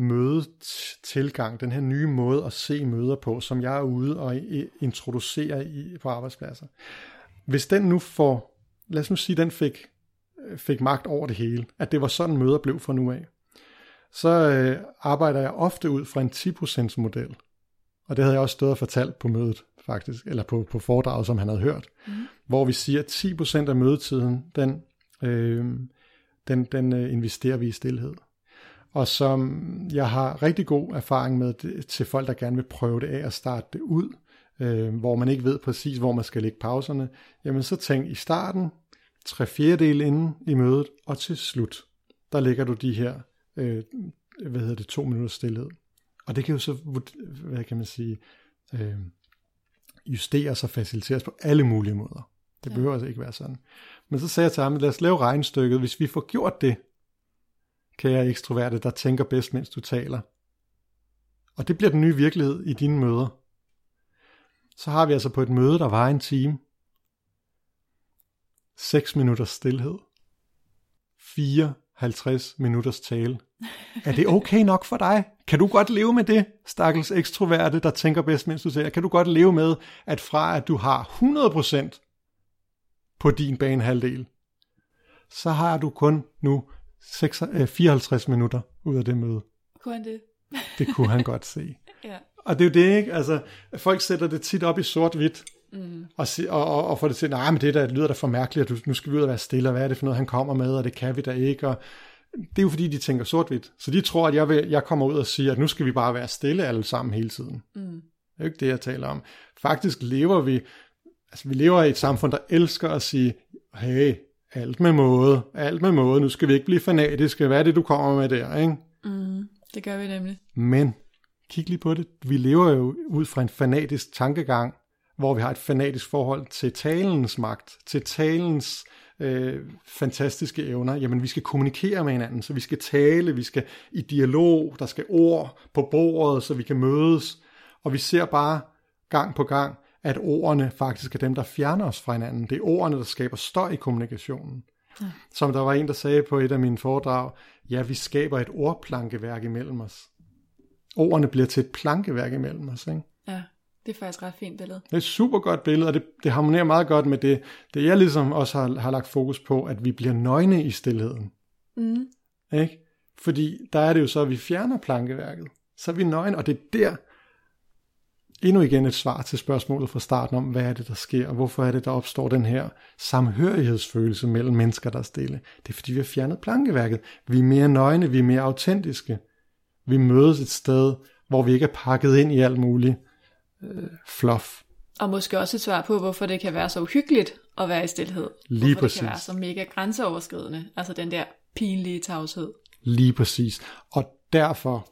mødetilgang, den her nye måde at se møder på, som jeg er ude og introducere i, på arbejdspladser. Hvis den nu får, lad os nu sige, den fik, fik magt over det hele, at det var sådan møder blev fra nu af, så øh, arbejder jeg ofte ud fra en ti procent model. Og det havde jeg også stået og fortalt på mødet, faktisk, eller på, på foredraget, som han havde hørt, mm. hvor vi siger, at ti procent af mødetiden, den, øh, den, den øh, investerer vi i stilhed. Og som jeg har rigtig god erfaring med det, til folk, der gerne vil prøve det af og starte det ud, øh, hvor man ikke ved præcis, hvor man skal lægge pauserne, jamen så tænk i starten, tre fjerdedele inden i mødet, og til slut, der lægger du de her, øh, hvad hedder det, to minutters stillhed. Og det kan jo så, hvad kan man sige, øh, justeres og faciliteres på alle mulige måder. Det behøver ja. altså ikke være sådan. Men så sagde jeg til ham, lad os lave regnestykket. Hvis vi får gjort det, kære ekstroverte, der tænker bedst, mens du taler. Og det bliver den nye virkelighed i dine møder. Så har vi altså på et møde, der var en time, seks minutters stilhed, fireoghalvtreds minutters tale. Er det okay nok for dig? Kan du godt leve med det, stakkels ekstroverte, der tænker bedst, mens du taler? Kan du godt leve med, at fra at du har hundrede procent på din banehalvdel, så har du kun nu fireoghalvtreds minutter ud af det møde? Kunne han det? Det kunne han godt se. Ja. Og det er jo det, ikke? Altså, folk sætter det tit op i sort-hvidt, mm. og, og, og, og får det til, nej, men det der lyder da for mærkeligt, at nu skal vi ud og være stille, og hvad er det for noget, han kommer med, og det kan vi da ikke, og det er jo fordi, de tænker sort-hvidt. Så de tror, at jeg, vil, jeg kommer ud og siger, at nu skal vi bare være stille alle sammen hele tiden. Mm. Det er jo ikke det, jeg taler om. Faktisk lever vi, altså vi lever i et samfund, der elsker at sige, hey, alt med måde, alt med måde, nu skal vi ikke blive fanatiske, hvad er det, du kommer med der, ikke? Mm. Det gør vi nemlig. Men kig lige på det. Vi lever jo ud fra en fanatisk tankegang, hvor vi har et fanatisk forhold til talens magt, til talens øh, fantastiske evner. Jamen, vi skal kommunikere med hinanden, så vi skal tale, vi skal i dialog, der skal ord på bordet, så vi kan mødes. Og vi ser bare gang på gang, at ordene faktisk er dem, der fjerner os fra hinanden. Det er ordene, der skaber støj i kommunikationen. Ja. Som der var en, der sagde på et af mine foredrag, ja, vi skaber et ordplankeværk imellem os. Ordene bliver til et plankeværk imellem os, ikke? Ja, det er faktisk ret fint billede. Det er et super godt billede, og det, det harmonerer meget godt med det, det jeg ligesom også har, har lagt fokus på, at vi bliver nøgne i stilheden. Mm. Ikke? Fordi der er det jo så, at vi fjerner plankeværket. Så er vi nøgne, og det er der, endnu igen et svar til spørgsmålet fra starten om, hvad er det, der sker, og hvorfor er det, der opstår den her samhørighedsfølelse mellem mennesker, der er stille. Det er, fordi vi har fjernet plankeværket. Vi er mere nøgne, vi er mere autentiske. Vi mødes et sted, hvor vi ikke er pakket ind i alt muligt øh, fluff. Og måske også et svar på, hvorfor det kan være så uhyggeligt at være i stilhed. Lige hvorfor præcis. Det kan være så mega grænseoverskridende. Altså den der pinlige tavshed. Lige præcis. Og derfor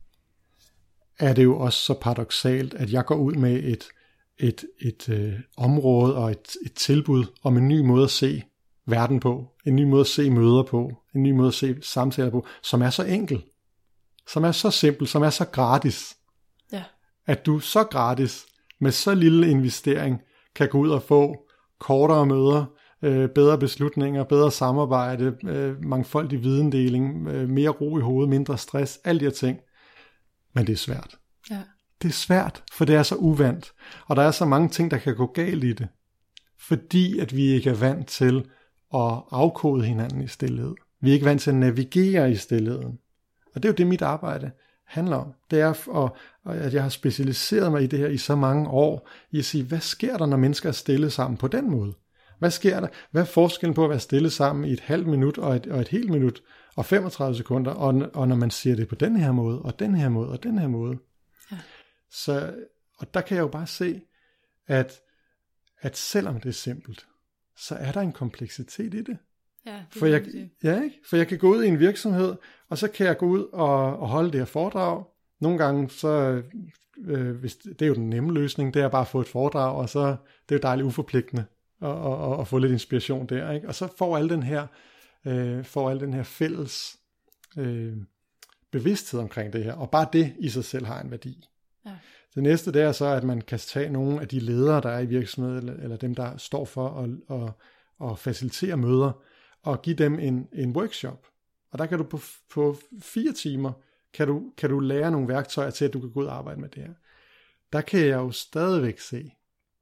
er det jo også så paradoksalt, at jeg går ud med et, et, et øh, område og et, et tilbud om en ny måde at se verden på, en ny måde at se møder på, en ny måde at se samtaler på, som er så enkel, som er så simpel, som er så gratis, ja. At du så gratis, med så lille investering, kan gå ud og få kortere møder, øh, bedre beslutninger, bedre samarbejde, øh, mangfoldig videndeling, øh, mere ro i hovedet, mindre stress, alle de her ting. Men det er svært. Ja. Det er svært, for det er så uvandt. Og der er så mange ting, der kan gå galt i det. Fordi at vi ikke er vant til at afkode hinanden i stilhed. Vi er ikke vant til at navigere i stilheden. Og det er jo det, mit arbejde handler om. Det er, at jeg har specialiseret mig i det her i så mange år, i at sige, hvad sker der, når mennesker er stille sammen på den måde? Hvad sker der? Hvad er forskellen på at være stille sammen i et halvt minut og et, og et helt minut og femogtredive sekunder, og, og når man siger det på den her måde, og den her måde, og den her måde? Ja. Så, og der kan jeg jo bare se, at, at selvom det er simpelt, så er der en kompleksitet i det. Ja, det For jeg, ja, ikke? For jeg kan gå ud i en virksomhed, og så kan jeg gå ud og, og holde det her foredrag. Nogle gange, så øh, hvis, det er jo den nemme løsning, det er bare at få et foredrag, og så det er jo dejligt uforpligtende at, at, at få lidt inspiration der. Ikke? Og så får alle den her, øh, får alle den her fælles øh, bevidsthed omkring det her, og bare det i sig selv har en værdi. Ja. Det næste det er så, at man kan tage nogle af de ledere, der er i virksomheden, eller, eller dem, der står for at, at, at facilitere møder, og give dem en, en workshop. Og der kan du på, på fire timer, kan du, kan du lære nogle værktøjer til, at du kan gå ud og arbejde med det her. Der kan jeg jo stadigvæk se,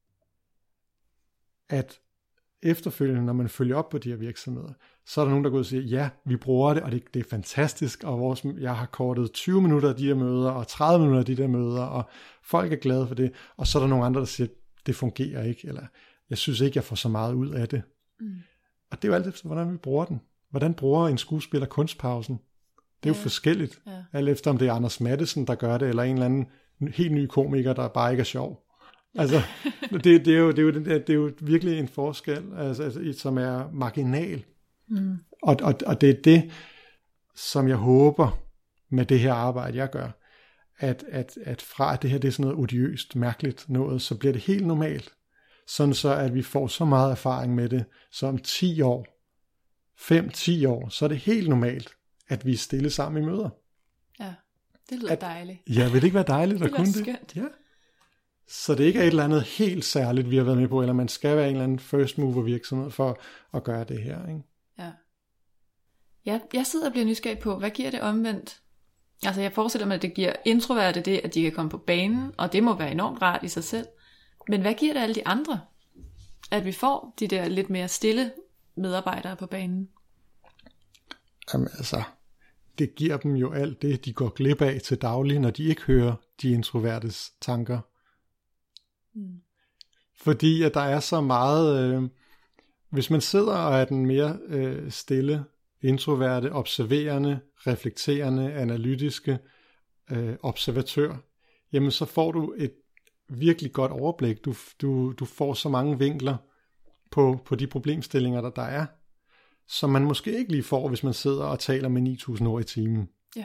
at efterfølgende, når man følger op på de her virksomheder, så er der nogen, der går ud og siger, ja, vi bruger det, og det, det er fantastisk, og vores, jeg har kortet tyve minutter af de her møder, og tredive minutter af de der møder, og folk er glade for det, og så er der nogle andre, der siger, det fungerer ikke, eller jeg synes ikke, jeg får så meget ud af det. Mm. Og det er jo alt efter, hvordan vi bruger den. Hvordan bruger en skuespiller kunstpausen? Det er jo ja. forskelligt. Ja. Alt efter, om det er Anders Matthesen, der gør det, eller en eller anden helt ny komiker, der bare ikke er sjov. Ja. Altså, det, det, er jo, det, er jo, det er jo virkelig en forskel, altså, altså, som er marginal. Mm. Og, og, og det er det, som jeg håber med det her arbejde, jeg gør, at, at, at fra at det her det er sådan noget odiøst, mærkeligt noget, så bliver det helt normalt. sådan så at vi får så meget erfaring med det, så om ti år, fem til ti år, så er det helt normalt, at vi er stille sammen i møder. Ja, det lyder at, dejligt. Ja, vil det ikke være dejligt at kunne det? Skønt. Ja. Så det ikke er et eller andet helt særligt, vi har været med på, eller man skal være en eller anden first mover virksomhed for at gøre det her, ikke? Ja. Jeg, jeg sidder og bliver nysgerrig på, hvad giver det omvendt? Altså jeg forestiller mig, at det giver introverte det, at de kan komme på banen, og det må være enormt rart i sig selv. Men hvad giver det alle de andre? At vi får de der lidt mere stille medarbejdere på banen? Jamen altså, det giver dem jo alt det, de går glip af til daglig, når de ikke hører de introvertes tanker. Mm. Fordi at der er så meget, øh, hvis man sidder og er den mere øh, stille, introverte, observerende, reflekterende, analytiske øh, observatør, jamen så får du et virkelig godt overblik. Du, du, du får så mange vinkler på, på de problemstillinger, der, der er, som man måske ikke lige får, hvis man sidder og taler med ni tusind ord i timen. Ja.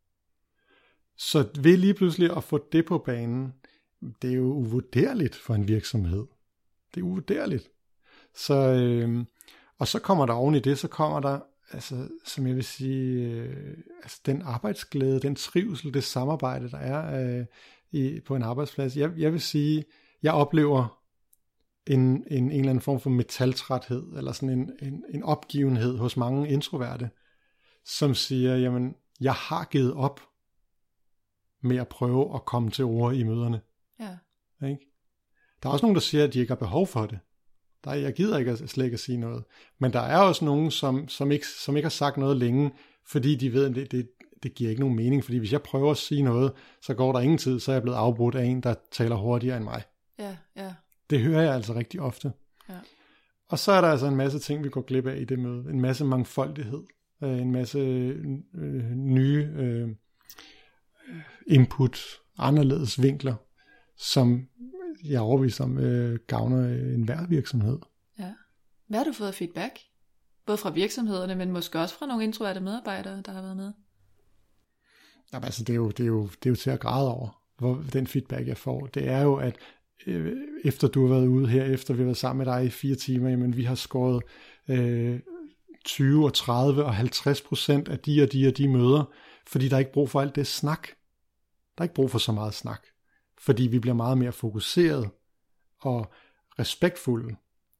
Så ved lige pludselig at få det på banen, det er jo uvurderligt for en virksomhed. Det er uvurderligt. Så, øh, og så kommer der oven i det, så kommer der, altså, som jeg vil sige, øh, altså den arbejdsglæde, den trivsel, det samarbejde, der er øh, i, på en arbejdsplads. Jeg, jeg vil sige, jeg oplever en, en, en eller anden form for metaltræthed, eller sådan en, en, en opgivenhed hos mange introverte, som siger, jamen, jeg har givet op med at prøve at komme til ord i møderne. Ja. Ikke? Der er også nogen, der siger, at de ikke har behov for det. Der er, jeg gider ikke at, slet ikke at sige noget. Men der er også nogen, som, som, ikke, som ikke har sagt noget længe, fordi de ved, at det, det, det giver ikke nogen mening. Fordi hvis jeg prøver at sige noget, så går der ingen tid, så er jeg blevet afbrudt af en, der taler hurtigere end mig. Ja, ja. Det hører jeg altså rigtig ofte. Ja. Og så er der altså en masse ting, vi går glip af i det møde. En masse mangfoldighed. En masse øh, nye øh, input, anderledes vinkler, som jeg er overbevist om øh, gavner enhver virksomhed. Ja. Hvad har du fået feedback? Både fra virksomhederne, men måske også fra nogle introverte medarbejdere, der har været med? Jamen, altså, det, er jo, det, er jo, det er jo til at græde over, hvor den feedback, jeg får. Det er jo, at øh, efter du har været ude her, efter vi har været sammen med dig i fire timer, jamen vi har skåret øh, tyve og tredive og halvtreds procent af de og de og de møder, fordi der er ikke brug for alt det snak. Der er ikke brug for så meget snak. Fordi vi bliver meget mere fokuseret og respektfulde,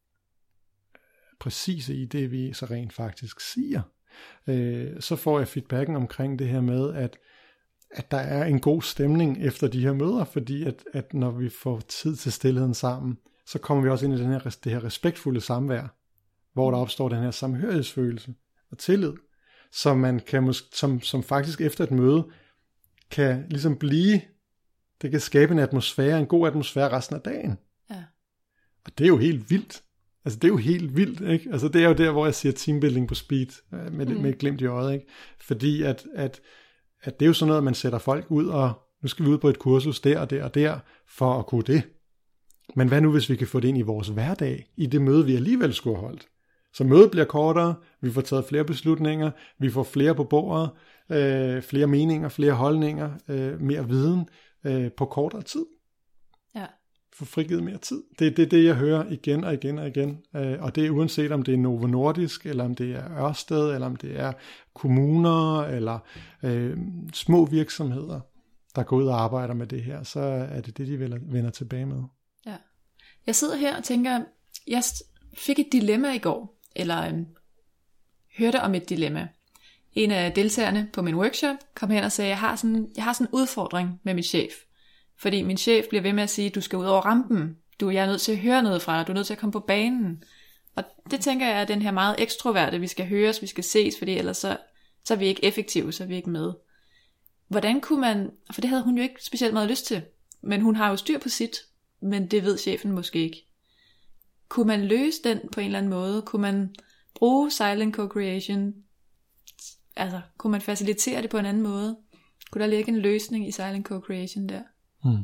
præcise i det, vi så rent faktisk siger. Øh, så får jeg feedbacken omkring det her med, at, at der er en god stemning efter de her møder, fordi at, at når vi får tid til stilheden sammen, så kommer vi også ind i den her, det her respektfulde samvær, hvor der opstår den her samhørighedsfølelse og tillid, som man kan, som, som faktisk efter et møde kan ligesom blive. Det kan skabe en atmosfære, en god atmosfære resten af dagen. Ja. Og det er jo helt vildt. Altså det er jo helt vildt, ikke? Altså det er jo der, hvor jeg siger teambuilding på speed, med, mm. med et glimt i øjet, ikke? Fordi at, at, at det er jo sådan noget, at man sætter folk ud, og nu skal vi ud på et kursus der og der og der, for at kunne det. Men hvad nu, hvis vi kan få det ind i vores hverdag, i det møde, vi alligevel skulle have holdt? Så mødet bliver kortere, vi får taget flere beslutninger, vi får flere på bordet, øh, flere meninger, flere holdninger, øh, mere viden, på kortere tid. Ja. Få frigivet mere tid. Det er det, det, jeg hører igen og igen og igen. Og det er uanset om det er Novo Nordisk, eller om det er Ørsted, eller om det er kommuner, eller øh, små virksomheder, der går ud og arbejder med det her, så er det det, de vender tilbage med. Ja. Jeg sidder her og tænker, jeg fik et dilemma i går, eller øh, hørte om et dilemma. En af deltagerne på min workshop kom hen og sagde, jeg har sådan, jeg har sådan en udfordring med min chef. Fordi min chef bliver ved med at sige, du skal ud over rampen. Du, jeg er nødt til at høre noget fra dig. Du er nødt til at komme på banen. Og det tænker jeg er den her meget ekstroverte, vi skal høres, vi skal ses, fordi ellers så, så er vi ikke effektive, så er vi ikke med. Hvordan kunne man, for det havde hun jo ikke specielt meget lyst til, men hun har jo styr på sit, men det ved chefen måske ikke. Kunne man løse den på en eller anden måde? Kunne man bruge silent co-creation? Altså, kunne man facilitere det på en anden måde? Kunne der ligge en løsning i silent co-creation der? Hmm.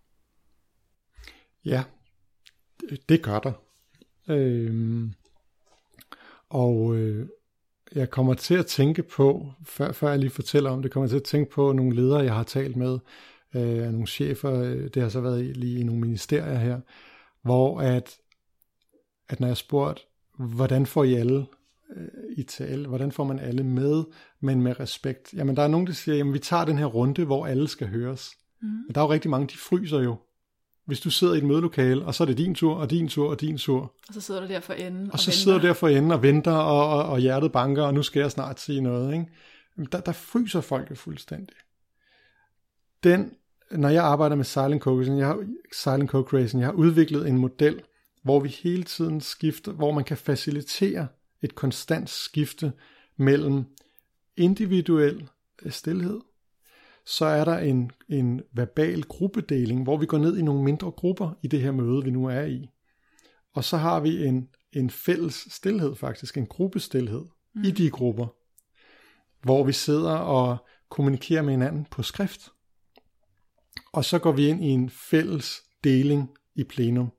Ja, det gør der. Øhm, og øh, jeg kommer til at tænke på, før, før jeg lige fortæller om det, kommer jeg til at tænke på nogle ledere, jeg har talt med, øh, nogle chefer, det har så været lige i nogle ministerier her, hvor at, at når jeg spurgte, hvordan får I alle øh, i tale, hvordan får man alle med, men med respekt? Jamen der er nogen, der siger, jamen vi tager den her runde, hvor alle skal høres. Mm. Men der er jo rigtig mange, de fryser jo. Hvis du sidder i et mødelokale, og så er det din tur, og din tur, og din tur. Og så sidder du der for enden og, og så venter. sidder du der for enden og venter, og, og, og hjertet banker, og nu skal jeg snart sige noget. Ikke? Der, der fryser folk jo fuldstændig. Den, når jeg arbejder med silent co-creation, jeg har, silent co-creation, jeg har udviklet en model, hvor vi hele tiden skifter, hvor man kan facilitere et konstant skifte mellem individuel stilhed. Så er der en, en verbal gruppedeling, hvor vi går ned i nogle mindre grupper i det her møde, vi nu er i. Og så har vi en, en fælles stilhed faktisk, en gruppestilhed mm. i de grupper, hvor vi sidder og kommunikerer med hinanden på skrift. Og så går vi ind i en fælles deling i plenum.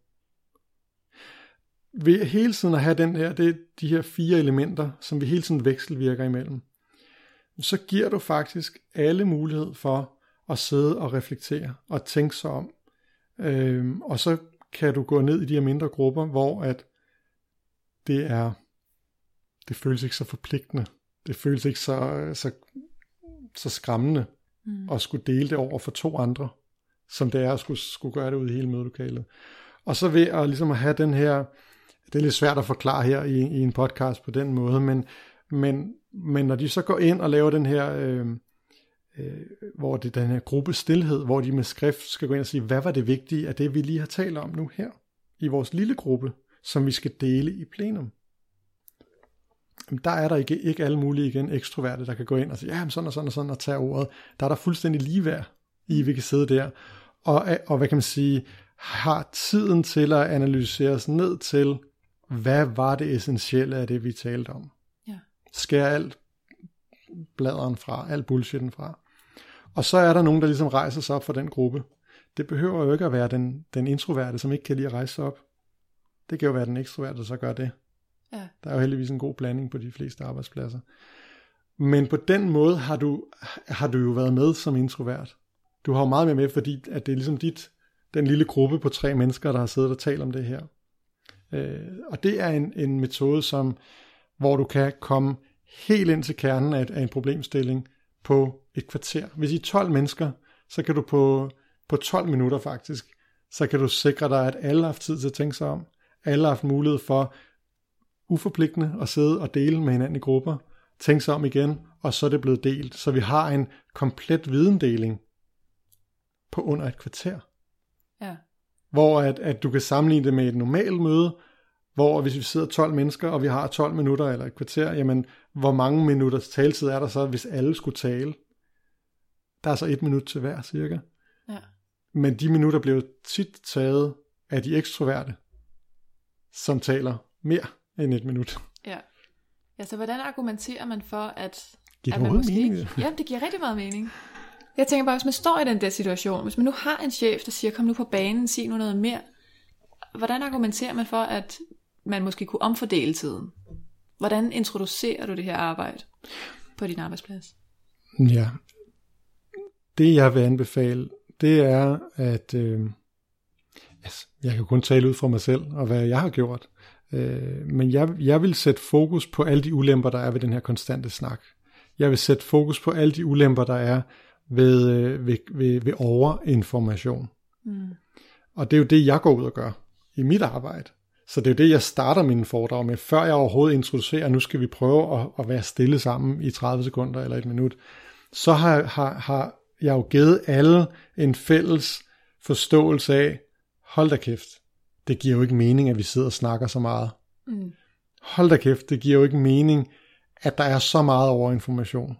Ved hele tiden at have den her, det er de her fire elementer, som vi hele tiden vekselvirker imellem, så giver du faktisk alle mulighed for at sidde og reflektere og tænke sig om. Øhm, og så kan du gå ned i de her mindre grupper, hvor at det er, det føles ikke så forpligtende. Det føles ikke så, så, så skræmmende mm. at skulle dele det over for to andre, som det er at skulle, skulle gøre det ude i hele mødelokalet. Og så ved at, ligesom at have den her, det er lidt svært at forklare her i, i en podcast på den måde, men, men, men når de så går ind og laver den her, øh, øh, hvor det er den her gruppe stilhed, hvor de med skrift skal gå ind og sige, hvad var det vigtige af det, vi lige har talt om nu her, i vores lille gruppe, som vi skal dele i plenum. Der er der ikke, ikke alle mulige igen ekstroverte, der kan gå ind og sige, ja, sådan og sådan og sådan, og tage ordet. Der er der fuldstændig ligeværd i, vi kan sidde der, og, og hvad kan man sige, har tiden til at analysere os ned til, hvad var det essentielle af det, vi talte om. Ja. Skær alt bladeren fra, alt bullshitten fra. Og så er der nogen, der ligesom rejser sig op for den gruppe. Det behøver jo ikke at være den, den introverte, som ikke kan lide at rejse sig op. Det kan jo være den ekstroverte, der så gør det. Ja. Der er jo heldigvis en god blanding på de fleste arbejdspladser. Men på den måde har du, har du jo været med som introvert. Du har jo meget mere med, fordi at det er ligesom dit, den lille gruppe på tre mennesker, der har siddet og talt om det her. Øh, og det er en, en metode, som, hvor du kan komme helt ind til kernen af, af en problemstilling på et kvarter. Hvis I er tolv mennesker, så kan du på, på tolv minutter faktisk, så kan du sikre dig, at alle har haft tid til at tænke sig om. Alle har haft mulighed for uforpligtende at sidde og dele med hinanden i grupper, tænke sig om igen, og så er det blevet delt. Så vi har en komplet videndeling på under et kvarter. Ja. Hvor at, at du kan sammenligne det med et normalt møde, hvor hvis vi sidder tolv mennesker, og vi har tolv minutter eller et kvarter, jamen hvor mange minutters taletid er der så, hvis alle skulle tale? Der er så et minut til hver cirka. Ja. Men de minutter bliver tit taget af de ekstroverte, som taler mere end et minut. Ja. Ja, så hvordan argumenterer man for, at... Giver at man måske mening? Ikke... Ja, det giver rigtig meget mening. Jeg tænker bare, hvis man står i den der situation, hvis man nu har en chef, der siger, kom nu på banen, sig nu noget mere, hvordan argumenterer man for, at man måske kunne omfordele tiden? Hvordan introducerer du det her arbejde på din arbejdsplads? Ja, det jeg vil anbefale, det er, at øh, altså, jeg kan kun tale ud fra mig selv, og hvad jeg har gjort, øh, men jeg, jeg vil sætte fokus på alle de ulemper, der er ved den her konstante snak. Jeg vil sætte fokus på alle de ulemper, der er ved, ved, ved, ved overinformation. Mm. Og det er jo det, jeg går ud og gør i mit arbejde. Så det er jo det, jeg starter mine foredrag med, før jeg overhovedet introducerer, nu skal vi prøve at, at være stille sammen i tredive sekunder eller et minut. Så har, har, har jeg jo givet alle en fælles forståelse af, hold da kæft, det giver jo ikke mening, at vi sidder og snakker så meget. Mm. Hold da kæft, det giver jo ikke mening, at der er så meget overinformation.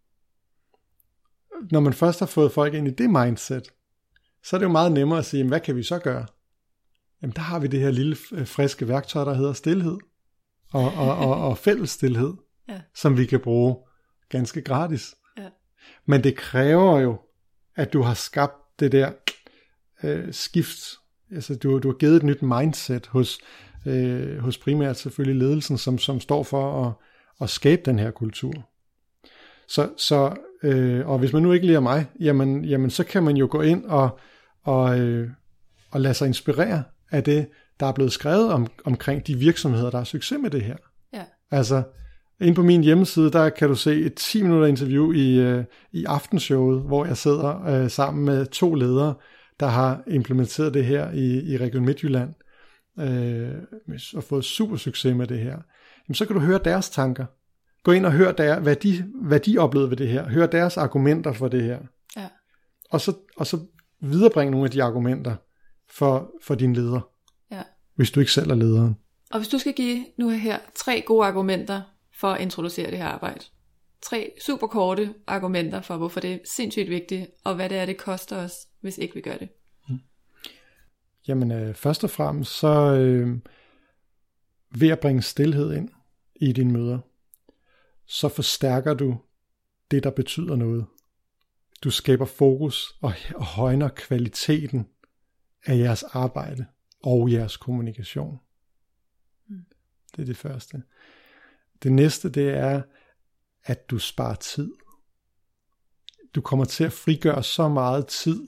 Når man først har fået folk ind i det mindset, så er det jo meget nemmere at sige, hvad kan vi så gøre? Jamen der har vi det her lille friske værktøj, der hedder stilhed, og, og, og, og fælles stilhed, ja. Som vi kan bruge ganske gratis. Ja. Men det kræver jo, at du har skabt det der øh, skift. Altså du, du har givet et nyt mindset hos, øh, hos primært selvfølgelig ledelsen, som, som står for at, at skabe den her kultur. Så, så øh, og hvis man nu ikke lærer mig, jamen, jamen så kan man jo gå ind og, og, øh, og lade sig inspirere af det, der er blevet skrevet om, omkring de virksomheder, der har succes med det her. Ja. Altså, inde på min hjemmeside, der kan du se et ti minutter interview i, øh, i aftenshowet, hvor jeg sidder øh, sammen med to ledere, der har implementeret det her i, i Region Midtjylland, øh, og fået super succes med det her. Jamen, så kan du høre deres tanker. Gå ind og hør, der, hvad, de, hvad de oplevede ved det her. Hør deres argumenter for det her. Ja. Og så, og så viderebringe nogle af de argumenter for, for din leder. Ja. Hvis du ikke selv er lederen. Og hvis du skal give nu her tre gode argumenter for at introducere det her arbejde. Tre super korte argumenter for, hvorfor det er sindssygt vigtigt, og hvad det er, det koster os, hvis ikke vi gør det. Hmm. Jamen, øh, først og fremmest, så øh, ved at bringe stilhed ind i dine møder, så forstærker du det, der betyder noget. Du skaber fokus og, og højner kvaliteten af jeres arbejde og jeres kommunikation. Hmm. Det er det første. Det næste, det er, at du sparer tid. Du kommer til at frigøre så meget tid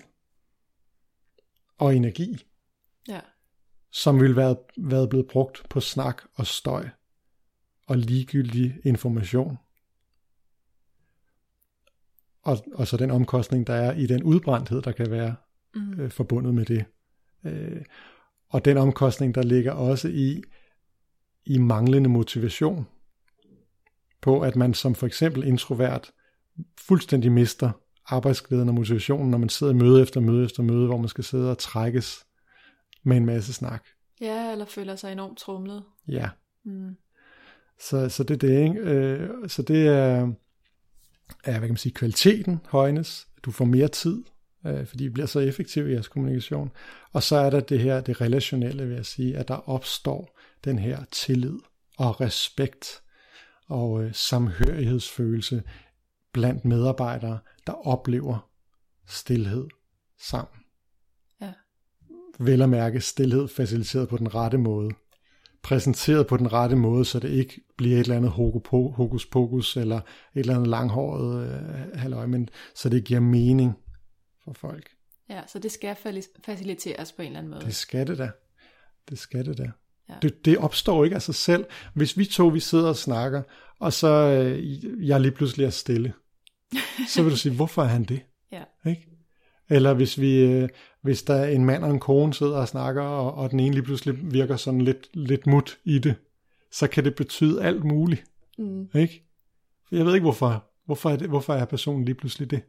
og energi, ja. som ville være, være blevet brugt på snak og støj og ligegyldig information. Og, og så den omkostning, der er i den udbrændthed, der kan være mm. øh, forbundet med det. Øh, og den omkostning, der ligger også i, i manglende motivation. På at man som for eksempel introvert fuldstændig mister arbejdsglæden og motivationen, når man sidder i møde efter møde efter møde, hvor man skal sidde og trækkes med en masse snak. Ja, eller føler sig enormt tromlet. Ja. Mm. Så, så det er det, ikke? Øh, så det er, er, hvad kan man sige, kvaliteten højnes. Du får mere tid, øh, fordi I bliver så effektiv i jeres kommunikation. Og så er der det her, det relationelle, vil jeg sige, at der opstår den her tillid og respekt og øh, samhørighedsfølelse blandt medarbejdere, der oplever stilhed sammen. Ja. Vel at mærke stilhed faciliteret på den rette måde. Præsenteret på den rette måde, så det ikke bliver et eller andet hokus pokus, eller et eller andet langhåret øh, halløj, men så det giver mening for folk. Ja, så det skal faciliteres på en eller anden måde. Det skal det da. Det skal det da. Ja. Det, det opstår ikke af sig selv. Hvis vi to, vi sidder og snakker, og så øh, jeg lige pludselig er stille, så vil du sige, hvorfor er han det? Ja. Ikke? Eller hvis vi, øh, hvis der er en mand og en kone sidder og snakker, og, og den ene lige pludselig virker sådan lidt, lidt mut i det, så kan det betyde alt muligt. Mm. Ikke? Jeg ved ikke, hvorfor, hvorfor, er det, hvorfor er personen lige pludselig det.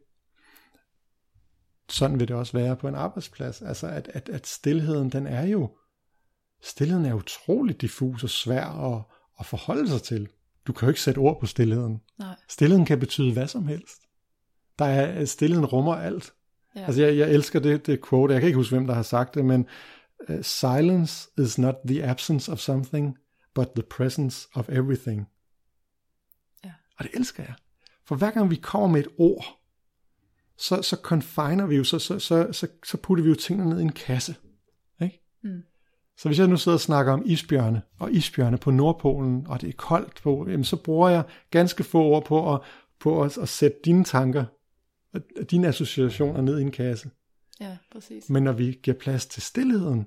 Sådan vil det også være på en arbejdsplads. Altså, at, at, at stilheden, den er jo, stilheden er utroligt diffus og svær at, at forholde sig til. Du kan jo ikke sætte ord på stilheden. Nej. Stilheden kan betyde hvad som helst. Der er, stilheden rummer alt. Ja. Altså jeg, jeg elsker det, det quote, jeg kan ikke huske, hvem der har sagt det, men uh, silence is not the absence of something, but the presence of everything. Ja. Og det elsker jeg. For hver gang vi kommer med et ord, så, så confiner vi jo, så, så, så, så, så putter vi jo tingene ned i en kasse. Ikke? Mm. Så hvis jeg nu sidder og snakker om isbjørne, og isbjørne på Nordpolen, og det er koldt på, jamen så bruger jeg ganske få ord på at, på at, at sætte dine tanker, dine associationer ned i en kasse. Ja, præcis. Men når vi giver plads til stilheden,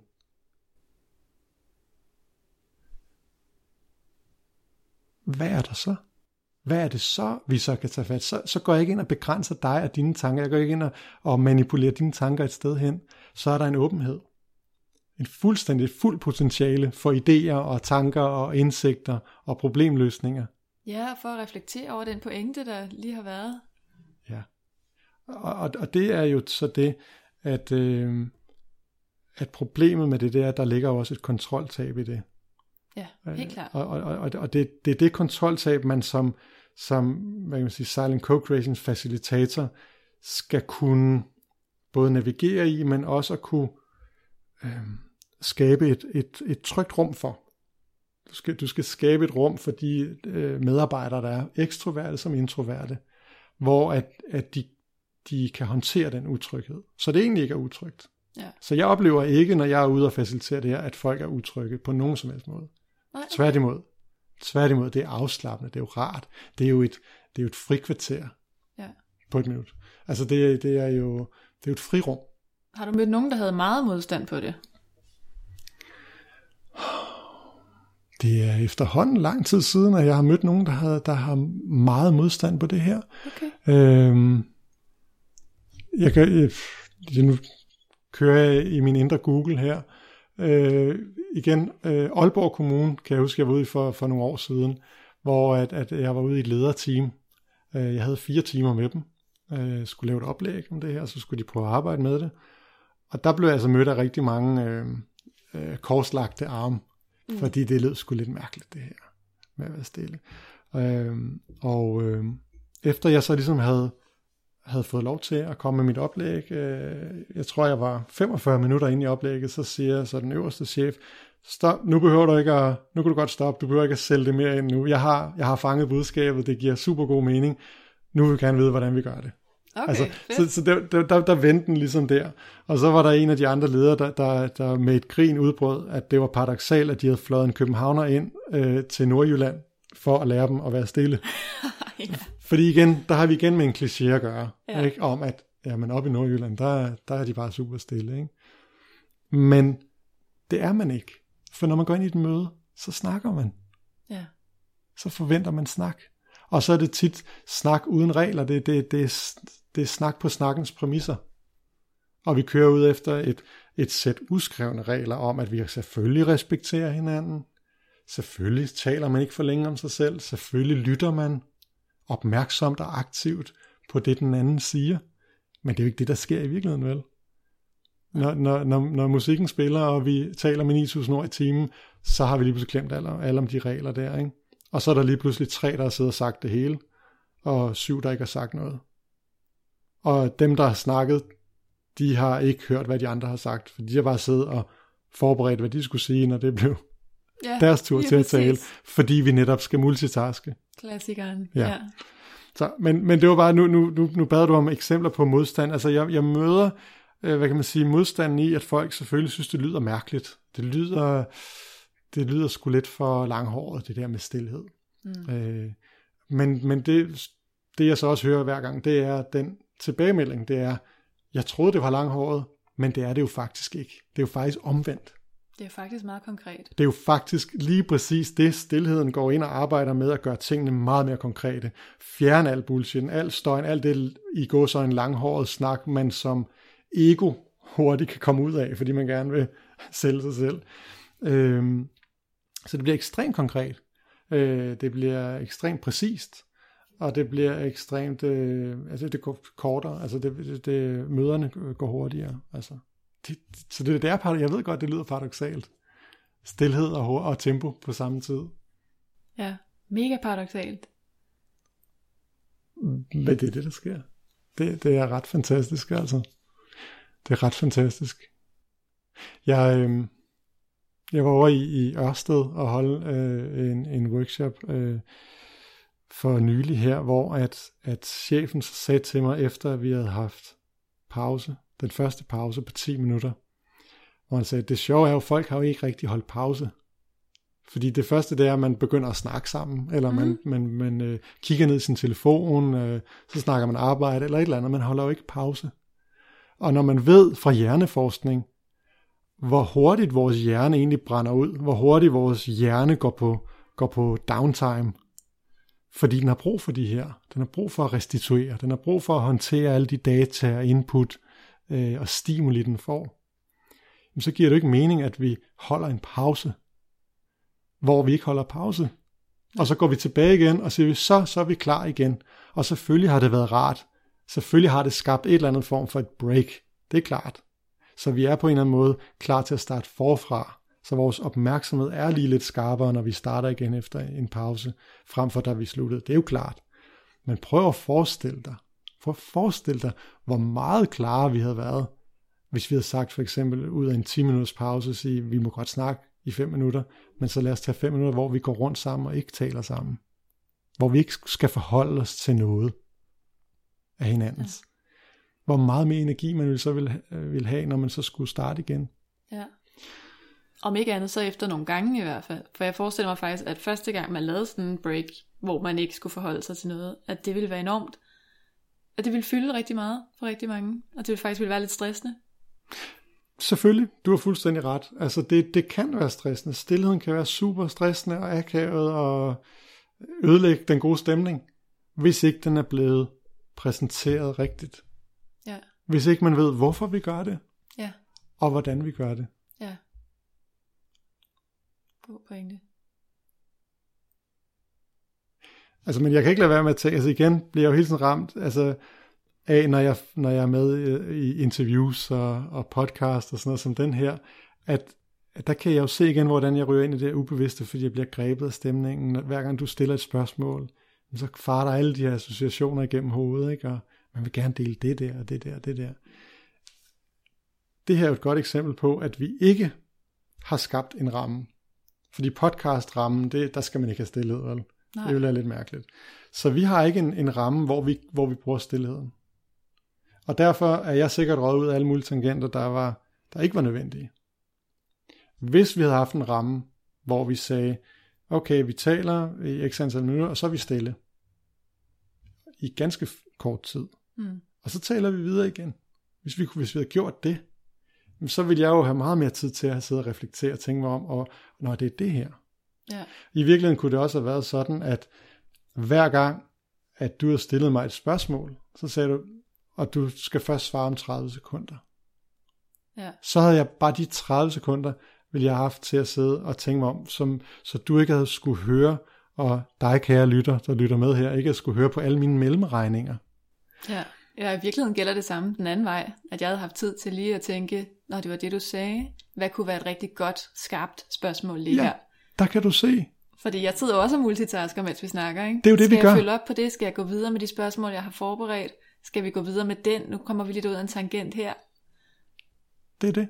hvad er der så? Hvad er det så, vi så kan tage fat? Så, så går jeg ikke ind og begrænser dig og dine tanker. Jeg går ikke ind og, og manipulerer dine tanker et sted hen. Så er der en åbenhed. En fuldstændig fuld potentiale for idéer og tanker og indsigter og problemløsninger. Ja, for at reflektere over den pointe, der lige har været. Ja. Og, og, og det er jo så det, at, øh, at problemet med det der, der ligger også et kontroltab i det. Ja, helt klart. Og, og, og, og det, det er det kontroltab, man som, som hvad kan man sige, silent co-creation facilitator skal kunne både navigere i, men også at kunne øh, skabe et, et, et trygt rum for. Du skal, du skal skabe et rum for de øh, medarbejdere, der er ekstroverte som introverte, hvor at, at de, de kan håndtere den utryghed. Så det egentlig ikke er utrygt. Ja. Så jeg oplever ikke, når jeg er ude og facilitere det her, at folk er utrygge på nogen som helst måde. Nej, okay. Tværtimod. Tværtimod, det er afslappende, det er jo rart. Det er jo et, det er jo et frikvarter ja. på et minut. Altså det, det er jo det er jo et frirum. Har du mødt nogen, der havde meget modstand på det? Det er efterhånden lang tid siden, at jeg har mødt nogen, der har, der har meget modstand på det her. Okay. Øhm, jeg kan, jeg, nu kører jeg i min indre Google her. Øh, igen, øh, Aalborg Kommune, kan jeg huske, jeg var ude for, for nogle år siden, hvor at, at jeg var ude i et lederteam. Øh, jeg havde fire timer med dem. Øh, skulle lave et oplæg om det her, så skulle de prøve at arbejde med det. Og der blev jeg altså mødt af rigtig mange øh, øh, korslagte arme, mm. fordi det lød sgu lidt mærkeligt, det her med at være stille. Øh, og øh, efter jeg så ligesom havde, havde fået lov til at komme med mit oplæg, øh, jeg tror jeg var femogfyrre minutter inde i oplægget, så siger så den øverste chef, stop, nu behøver du ikke at, nu kan du godt stoppe, du behøver ikke at sælge det mere ind nu. Jeg har, jeg har fanget budskabet, det giver super god mening. Nu vil vi gerne vide, hvordan vi gør det. Okay, altså, så så der, der, der, der vendte den ligesom der. Og så var der en af de andre ledere, der, der, der med et grin udbrød, at det var paradoksalt, at de havde fløjet en københavner ind øh, til Nordjylland, for at lære dem at være stille. Ja. Fordi igen, der har vi igen med en kliché at gøre, ja. Ikke? Om at jamen, oppe i Nordjylland, der, der er de bare super stille. Ikke? Men det er man ikke. For når man går ind i et møde, så snakker man. Ja. Så forventer man snak. Og så er det tit snak uden regler. Det, det, det, er, det er snak på snakkens præmisser. Og vi kører ud efter et, et sæt uskrevne regler om, at vi selvfølgelig respekterer hinanden. Selvfølgelig taler man ikke for længe om sig selv. Selvfølgelig lytter man opmærksomt og aktivt på det, den anden siger. Men det er jo ikke det, der sker i virkeligheden, vel? Når, når, når, når musikken spiller, og vi taler med ni tusind ord i timen, så har vi lige pludselig glemt alle, alle om de regler der, ikke? Og så er der lige pludselig tre, der har siddet og sagt det hele, og syv, der ikke har sagt noget. Og dem, der har snakket, de har ikke hørt, hvad de andre har sagt, for de har bare siddet og forberedt, hvad de skulle sige, når det blev ja, deres tur til at tale, fordi vi netop skal multitaske. Klassikeren, ja. ja. Så, men, men det var bare, nu, nu, nu, nu bad du om eksempler på modstand. Altså jeg, jeg møder, øh, hvad kan man sige, modstanden i, at folk selvfølgelig synes, det lyder mærkeligt. Det lyder... Det lyder sgu lidt for langhåret, det der med stilhed. Mm. Øh, men men det, det jeg så også hører hver gang, det er den tilbagemelding, det er, jeg troede det var langhåret, men det er det jo faktisk ikke. Det er jo faktisk omvendt. Det er faktisk meget konkret. Det er jo faktisk lige præcis det, stilheden går ind og arbejder med, at gøre tingene meget mere konkrete. Fjerne al bullshit, al støjen, alt det i går så en langhåret snak, man som ego hurtigt kan komme ud af, fordi man gerne vil sælge sig selv. Øhm, så det bliver ekstremt konkret, øh, det bliver ekstremt præcist, og det bliver ekstremt, øh, altså det går kortere, altså det, det, det, møderne går hurtigere, altså. Det, så det, det er, jeg ved godt, det lyder paradoksalt, stilhed og, og tempo på samme tid. Ja, mega paradoksalt. Men det er det, der sker. Det, det er ret fantastisk, altså. Det er ret fantastisk. Jeg... Øh, Jeg var over i, i Ørsted og holdt øh, en, en workshop øh, for nylig her, hvor at, at chefen sagde til mig, efter at vi havde haft pause, den første pause på ti minutter, hvor han sagde, det sjove er jo, at folk har jo ikke rigtig holdt pause. Fordi det første, det er, at man begynder at snakke sammen, eller mm. man, man, man øh, kigger ned i sin telefon, øh, så snakker man arbejde, eller et eller andet, man holder jo ikke pause. Og når man ved fra hjerneforskning, hvor hurtigt vores hjerne egentlig brænder ud, hvor hurtigt vores hjerne går på, går på downtime, fordi den har brug for de her, den har brug for at restituere, den har brug for at håndtere alle de data og input øh, og stimuli, den får, jamen, så giver det jo ikke mening, at vi holder en pause, hvor vi ikke holder pause, og så går vi tilbage igen, og siger vi, så, så er vi klar igen, og selvfølgelig har det været rart, selvfølgelig har det skabt et eller andet form for et break, det er klart. Så vi er på en eller anden måde klar til at starte forfra. Så vores opmærksomhed er lige lidt skarpere, når vi starter igen efter en pause, frem for da vi sluttede. Det er jo klart. Men prøv at forestille dig, prøv at forestille dig, hvor meget klarere vi havde været, hvis vi havde sagt for eksempel ud af en ti minutters pause, sige, vi må godt snakke i fem minutter, men så lad os tage fem minutter, hvor vi går rundt sammen og ikke taler sammen. Hvor vi ikke skal forholde os til noget af hinandens. Ja. Hvor meget mere energi man ville så ville, ville have, når man så skulle starte igen. Ja. Om ikke andet, så efter nogle gange i hvert fald. For jeg forestiller mig faktisk, at første gang man lavede sådan en break, hvor man ikke skulle forholde sig til noget, at det ville være enormt. At det ville fylde rigtig meget for rigtig mange. Og det ville faktisk ville være lidt stressende. Selvfølgelig, du har fuldstændig ret. Altså det, det kan være stressende. Stilheden kan være super stressende og akavet og ødelægge den gode stemning, hvis ikke den er blevet præsenteret rigtigt. Ja. Hvis ikke man ved, hvorfor vi gør det, ja. og hvordan vi gør det. Ja. God pointe. Altså, men jeg kan ikke lade være med at tænke, altså igen bliver jeg jo hele tiden ramt, altså af, når jeg, når jeg er med i, i interviews og, og podcast og sådan noget som den her, at, at der kan jeg jo se igen, hvordan jeg ryger ind i det ubevidste, fordi jeg bliver grebet af stemningen. Hver gang du stiller et spørgsmål, så farer der alle de her associationer igennem hovedet, ikke? Og man vil gerne dele det der, og det der, og det der. Det her er jo et godt eksempel på, at vi ikke har skabt en ramme. Fordi podcast-rammen, det, der skal man ikke have stillhed, vel? Nej. Det vil være lidt mærkeligt. Så vi har ikke en, en ramme, hvor vi, hvor vi bruger stillheden. Og derfor er jeg sikkert røget ud af alle mulige tangenter, der, var, der ikke var nødvendige. Hvis vi havde haft en ramme, hvor vi sagde, okay, vi taler i x antal minutter, og så er vi stille. I ganske kort tid. Mm. Og så taler vi videre igen. Hvis vi, hvis vi havde gjort det, så ville jeg jo have meget mere tid til at sidde og reflektere og tænke mig om, og når det er det her. Ja. I virkeligheden kunne det også have været sådan, at hver gang, at du har stillet mig et spørgsmål, så sagde du, og du skal først svare om tredive sekunder. Ja. Så havde jeg bare de tredive sekunder, ville jeg have haft til at sidde og tænke mig om, som, så du ikke havde skulle høre, og dig kære lytter, der lytter med her, ikke havde skulle høre på alle mine mellemregninger. Ja, ja, i virkeligheden gælder det samme den anden vej, at jeg havde haft tid til lige at tænke, når det var det du sagde, hvad kunne være et rigtig godt, skarpt spørgsmål lige ja. her. Der kan du se. Fordi jeg sidder også og multitasker, mens vi snakker, ikke? Det er jo det, skal vi gør. Skal jeg følge op på det? Skal jeg gå videre med de spørgsmål, jeg har forberedt? Skal vi gå videre med den? Nu kommer vi lidt ud af en tangent her. Det er det.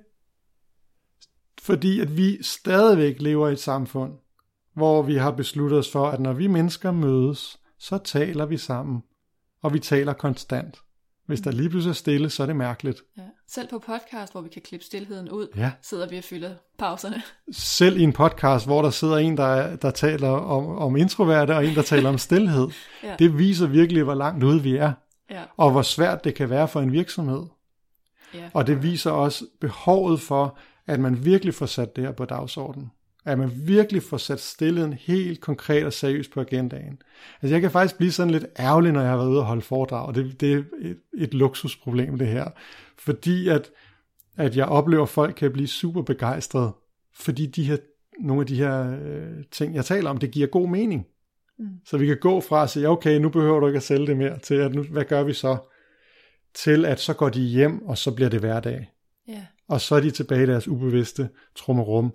Fordi at vi stadigvæk lever i et samfund, hvor vi har besluttet os for, at når vi mennesker mødes, så taler vi sammen. Og vi taler konstant. Hvis der lige pludselig er stille, så er det mærkeligt. Ja. Selv på podcast, hvor vi kan klippe stillheden ud, ja. sidder vi og fylder pauserne. Selv i en podcast, hvor der sidder en, der, der taler om, om introverte, og en, der taler om stilhed. ja. Det viser virkelig, hvor langt ude vi er. Ja. Og hvor svært det kan være for en virksomhed. Ja. Og det viser også behovet for, at man virkelig får sat det her på dagsordenen. At man virkelig får sat stillheden helt konkret og seriøst på agendaen. Altså jeg kan faktisk blive sådan lidt ærgerlig, når jeg har været ude og holde foredrag, og det, det er et, et luksusproblem det her. Fordi at, at jeg oplever, at folk kan blive super begejstrede, fordi de her, nogle af de her øh, ting, jeg taler om, det giver god mening. Mm. Så vi kan gå fra at sige, okay, nu behøver du ikke at sælge det mere, til at nu, hvad gør vi så? Til at så går de hjem, og så bliver det hverdag. Yeah. Og så er de tilbage i deres ubevidste trummerum,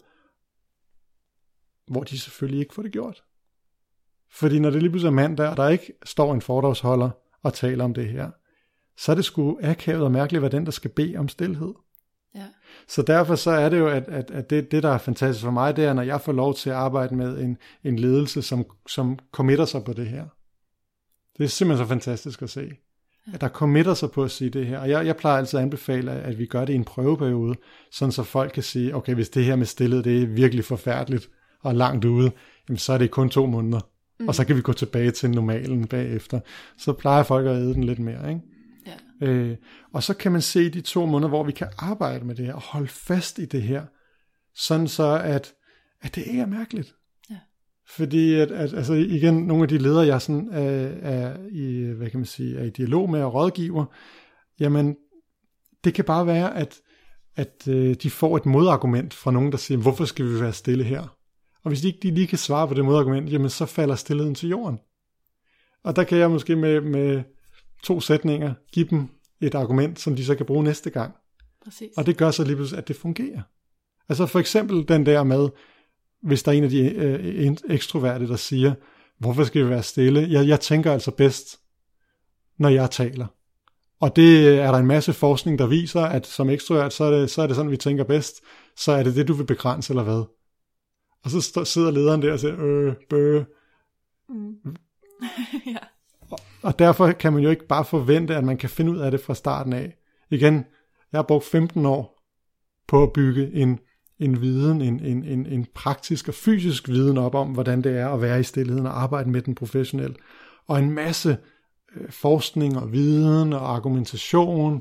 hvor de selvfølgelig ikke får det gjort. Fordi når det lige pludselig er mandag, og der ikke står en foredragsholder og taler om det her, så er det sgu akavet og mærkeligt, hvad den, der skal bede om stilhed. Ja. Så derfor så er det jo, at, at, at det, det, der er fantastisk for mig, det er, når jeg får lov til at arbejde med en, en ledelse, som, som committer sig på det her. Det er simpelthen så fantastisk at se. Ja. At der committer sig på at sige det her. Og jeg, jeg plejer altid at anbefale, at vi gør det i en prøveperiode, sådan så folk kan sige, okay, hvis det her med stillhed, det er virkelig forfærdeligt, og langt ude, jamen så er det kun to måneder. Mm. Og så kan vi gå tilbage til normalen bagefter. Så plejer folk at æde den lidt mere, ikke? Ja. Øh, og så kan man se de to måneder, hvor vi kan arbejde med det her, og holde fast i det her, sådan så, at, at det ikke er mærkeligt. Ja. Fordi, at, at, altså igen, nogle af de ledere, jeg sådan, er, er, i, hvad kan man sige, er i dialog med og rådgiver, jamen, det kan bare være, at, at øh, de får et modargument fra nogen, der siger, hvorfor skal vi være stille her? Og hvis de ikke de lige kan svare på det modargument, jamen så falder stillheden til jorden. Og der kan jeg måske med, med to sætninger give dem et argument, som de så kan bruge næste gang. Præcis. Og det gør så lige pludselig, at det fungerer. Altså for eksempel den der med, hvis der er en af de øh, ekstroverte, der siger, hvorfor skal vi være stille? Jeg, jeg tænker altså bedst, når jeg taler. Og det er der en masse forskning, der viser, at som ekstrovert, så er det, så er det sådan, vi tænker bedst. Så er det det, du vil begrænse, eller hvad? Og så stå, sidder lederen der og siger, øh, bøh. Mm. ja. og, og derfor kan man jo ikke bare forvente, at man kan finde ud af det fra starten af. Igen, jeg har brugt femten år på at bygge en, en viden, en, en, en, en praktisk og fysisk viden op om, hvordan det er at være i stillheden og arbejde med den professionelt. Og en masse øh, forskning og viden og argumentation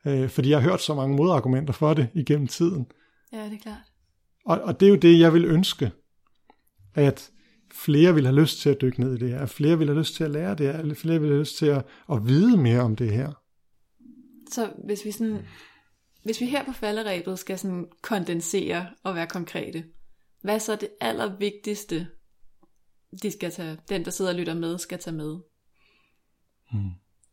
Øh, fordi jeg har hørt så mange modargumenter for det igennem tiden. Ja, det er klart. Og, og det er jo det, jeg vil ønske, at flere vil have lyst til at dykke ned i det her, at flere vil have lyst til at lære det her, at flere vil have lyst til at, at vide mere om det her. Så hvis vi sådan, hvis vi her på falderebet skal sådan kondensere og være konkrete, hvad er så det allervigtigste, de skal tage, den der sidder og lytter med, skal tage med? Hmm.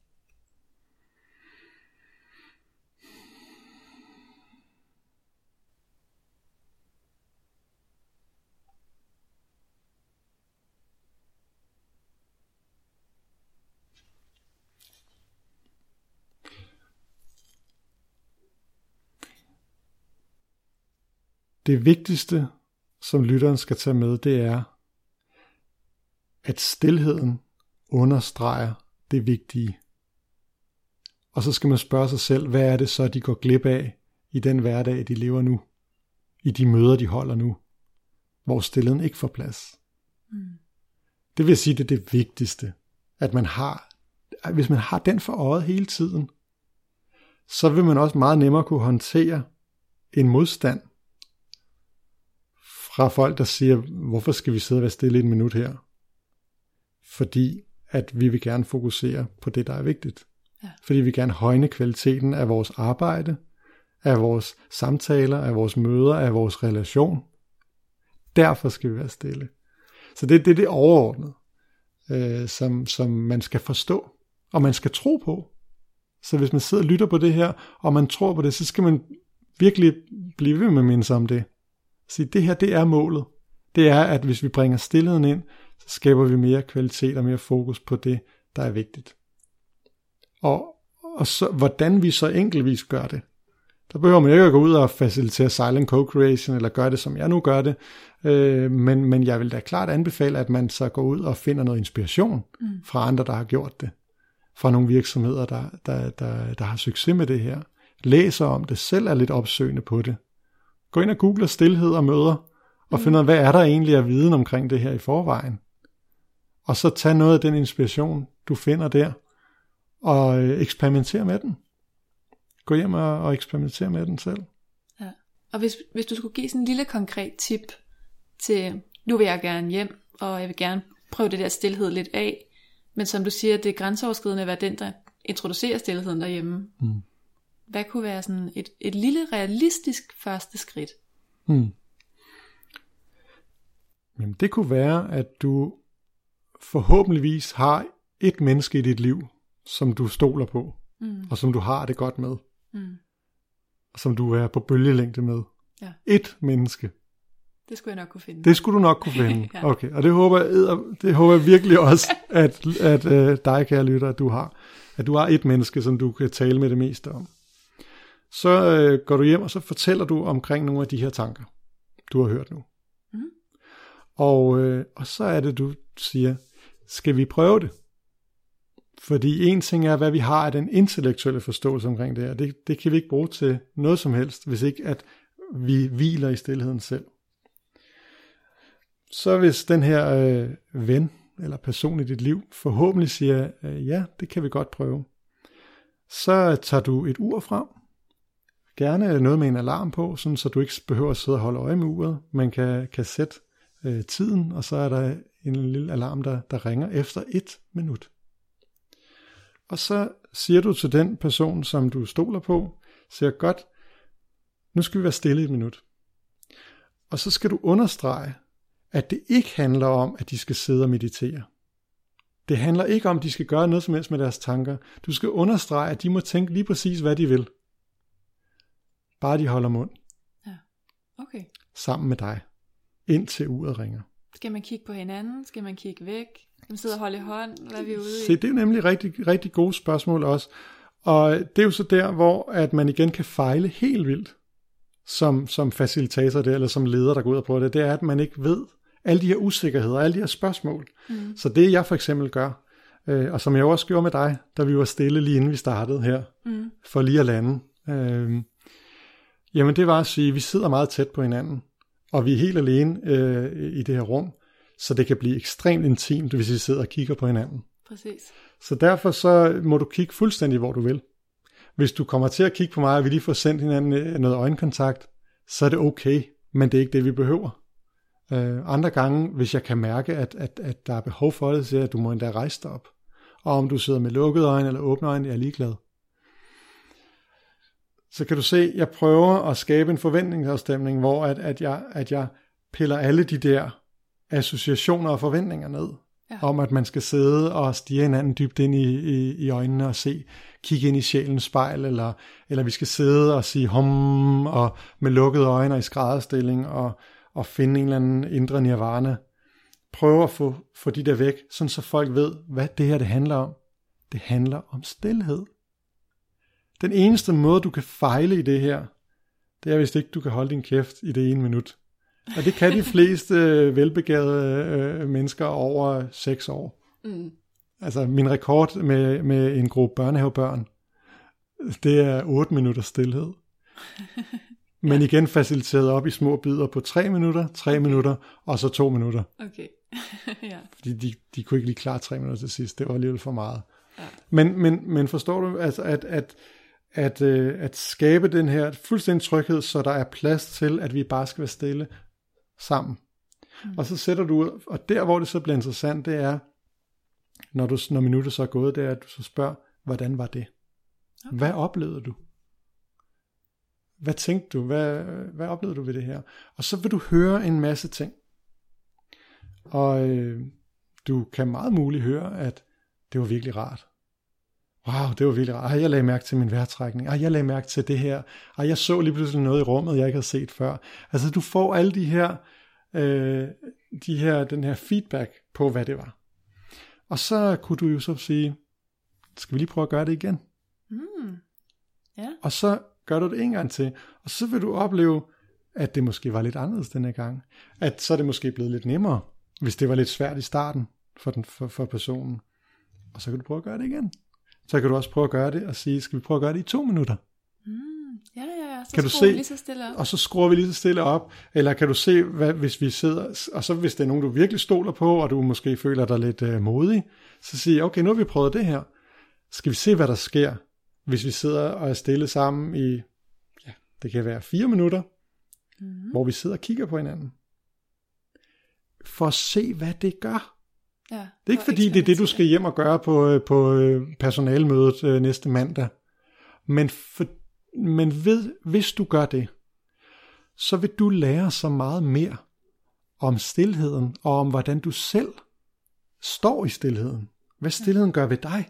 Det vigtigste, som lytteren skal tage med, det er, at stilheden understreger det vigtige. Og så skal man spørge sig selv, hvad er det så, de går glip af i den hverdag, de lever nu? I de møder, de holder nu, hvor stilheden ikke får plads. Mm. Det vil sige, det er det vigtigste, at man har, hvis man har den for øjet hele tiden, så vil man også meget nemmere kunne håndtere en modstand fra folk, der siger, hvorfor skal vi sidde og være stille et minut her? Fordi at vi vil gerne fokusere på det, der er vigtigt. Ja. Fordi vi gerne højne kvaliteten af vores arbejde, af vores samtaler, af vores møder, af vores relation. Derfor skal vi være stille. Så det, det er det overordnede, øh, som, som man skal forstå, og man skal tro på. Så hvis man sidder og lytter på det her, og man tror på det, så skal man virkelig blive ved med at minde sig om det. Så det her, det er målet. Det er, at hvis vi bringer stillheden ind, så skaber vi mere kvalitet og mere fokus på det, der er vigtigt. Og, og så, hvordan vi så enkeltvis gør det, der behøver man ikke at gå ud og facilitere silent co-creation, eller gøre det, som jeg nu gør det, øh, men, men jeg vil da klart anbefale, at man så går ud og finder noget inspiration mm. fra andre, der har gjort det. Fra nogle virksomheder, der, der, der, der har succes med det her. Læser om det, selv er lidt opsøgende på det. Gå ind og googler stilhed og møder, og mm. find ud af, hvad er der egentlig af viden omkring det her i forvejen. Og så tag noget af den inspiration, du finder der, og eksperimentere med den. Gå hjem og, og eksperimentere med den selv. Ja. Og hvis, hvis du skulle give sådan en lille konkret tip til, nu vil jeg gerne hjem, og jeg vil gerne prøve det der stilhed lidt af, men som du siger, det er grænseoverskridende at være den, der introducerer stilheden derhjemme. Mm. Hvad kunne være sådan et, et lille realistisk første skridt? Hmm. Jamen, det kunne være, at du forhåbentligvis har et menneske i dit liv, som du stoler på, mm. og som du har det godt med, mm. og som du er på bølgelængde med. Ja. Et menneske. Det skulle jeg nok kunne finde. Det skulle du nok kunne finde. Ja. Okay, og det håber jeg, det håber jeg virkelig også, at, at, at dig, kære lytter, at du har. At du har et menneske, som du kan tale med det meste om. Så øh, går du hjem, og så fortæller du omkring nogle af de her tanker, du har hørt nu. Mm. Og, øh, og så er det, du siger, skal vi prøve det? Fordi en ting er, hvad vi har af den intellektuelle forståelse omkring det her. Det, det kan vi ikke bruge til noget som helst, hvis ikke at vi hviler i stilheden selv. Så hvis den her øh, ven eller person i dit liv forhåbentlig siger, øh, ja, det kan vi godt prøve, så tager du et ur frem. Gerne noget med en alarm på, sådan, så du ikke behøver at sidde og holde øje med uret. Man kan, kan sætte øh, tiden, og så er der en lille alarm, der, der ringer efter et minut. Og så siger du til den person, som du stoler på, siger godt, nu skal vi være stille et minut. Og så skal du understrege, at det ikke handler om, at de skal sidde og meditere. Det handler ikke om, at de skal gøre noget som helst med deres tanker. Du skal understrege, at de må tænke lige præcis, hvad de vil. Bare de holder mund. Ja, okay. Sammen med dig. Indtil uret ringer. Skal man kigge på hinanden? Skal man kigge væk? Skal man sidde og holde i hånd? Hvad er vi ude i? Se, det er jo nemlig rigtig, rigtig gode spørgsmål også. Og det er jo så der, hvor at man igen kan fejle helt vildt. Som, som facilitator der, eller som leder, der går ud og prøver det. Det er, at man ikke ved alle de her usikkerheder, alle de her spørgsmål. Mm. Så det jeg for eksempel gør, øh, og som jeg også gjorde med dig, da vi var stille lige inden vi startede her, mm. for lige at lande, øh, jamen det var at sige, at vi sidder meget tæt på hinanden, og vi er helt alene øh, i det her rum, så det kan blive ekstremt intimt, hvis vi sidder og kigger på hinanden. Præcis. Så derfor så må du kigge fuldstændig, hvor du vil. hvis du kommer til at kigge på mig, og vi lige får sendt hinanden noget øjenkontakt, så er det okay, men det er ikke det, vi behøver. Øh, andre gange, hvis jeg kan mærke, at, at, at der er behov for det, så siger jeg, at du må endda rejse dig op. Og om du sidder med lukkede øjne eller åbne øjne, jeg er ligeglad. Så kan du se, jeg prøver at skabe en forventningsafstemning, hvor at, at, jeg, at jeg piller alle de der associationer og forventninger ned. Ja. Om at man skal sidde og stirre hinanden dybt ind i, i, i øjnene og se, kigge ind i sjælens spejl, eller, eller vi skal sidde og sige hum, og med lukkede øjne og i skrædderstilling, og, og finde en eller anden indre nirvana. Prøve at få, få de der væk, sådan så folk ved, hvad det her det handler om. Det handler om stilhed. Den eneste måde, du kan fejle i det her, det er, hvis ikke du kan holde din kæft i det ene minut. Og det kan de fleste velbegavede øh, mennesker over seks år. Mm. Altså min rekord med, med en gruppe børnehavebørn, det er otte minutter stilhed. Men ja. Igen faciliteret op i små bidder på tre minutter, tre okay. minutter, og så to minutter. Okay. Ja. Fordi de, de kunne ikke lige klare tre minutter til sidst, det var alligevel for meget. Ja. Men, men, men forstår du, altså, at, at, at, øh, at skabe den her fuldstændig tryghed, så der er plads til, at vi bare skal være stille sammen. Mm. Og så sætter du, og der hvor det så bliver interessant, det er, når, du, når minuttet så er gået, det er, at du så spørger, hvordan var det? Okay. Hvad oplevede du? Hvad tænkte du? Hvad, hvad oplevede du ved det her? Og så vil du høre en masse ting. Og øh, du kan meget muligt høre, at det var virkelig rart. Wow, det var virkelig rart. Ej, jeg lagde mærke til min vejrtrækning. Ej, jeg lagde mærke til det her. Ej, jeg så lige pludselig noget i rummet, jeg ikke havde set før. Altså, du får alle de her, øh, de her, den her feedback på, hvad det var. Og så kunne du jo så sige, skal vi lige prøve at gøre det igen? Mm. Yeah. Og så gør du det en gang til. Og så vil du opleve, at det måske var lidt anderledes denne gang. At så er det måske blevet lidt nemmere, hvis det var lidt svært i starten for, den, for, for personen. Og så kan du prøve at gøre det igen. Så kan du også prøve at gøre det og sige, skal vi prøve at gøre det i to minutter? Mm, ja, ja, ja. Så kan du se, lige så stille op. Og så skruer vi lige så stille op. Eller kan du se, hvad, hvis vi sidder, og så hvis det er nogen, du virkelig stoler på, og du måske føler dig lidt øh, modig, så siger okay, nu har vi prøvet det her. Skal vi se, hvad der sker, hvis vi sidder og er stille sammen i, ja, det kan være fire minutter, mm. hvor vi sidder og kigger på hinanden. For at se, hvad det gør. Ja, det er ikke fordi, det er det, du skal hjem og gøre på, på personalmødet næste mandag. Men, for, men ved, hvis du gør det, så vil du lære så meget mere om stilheden, og om hvordan du selv står i stilheden. Hvad stilheden gør ved dig.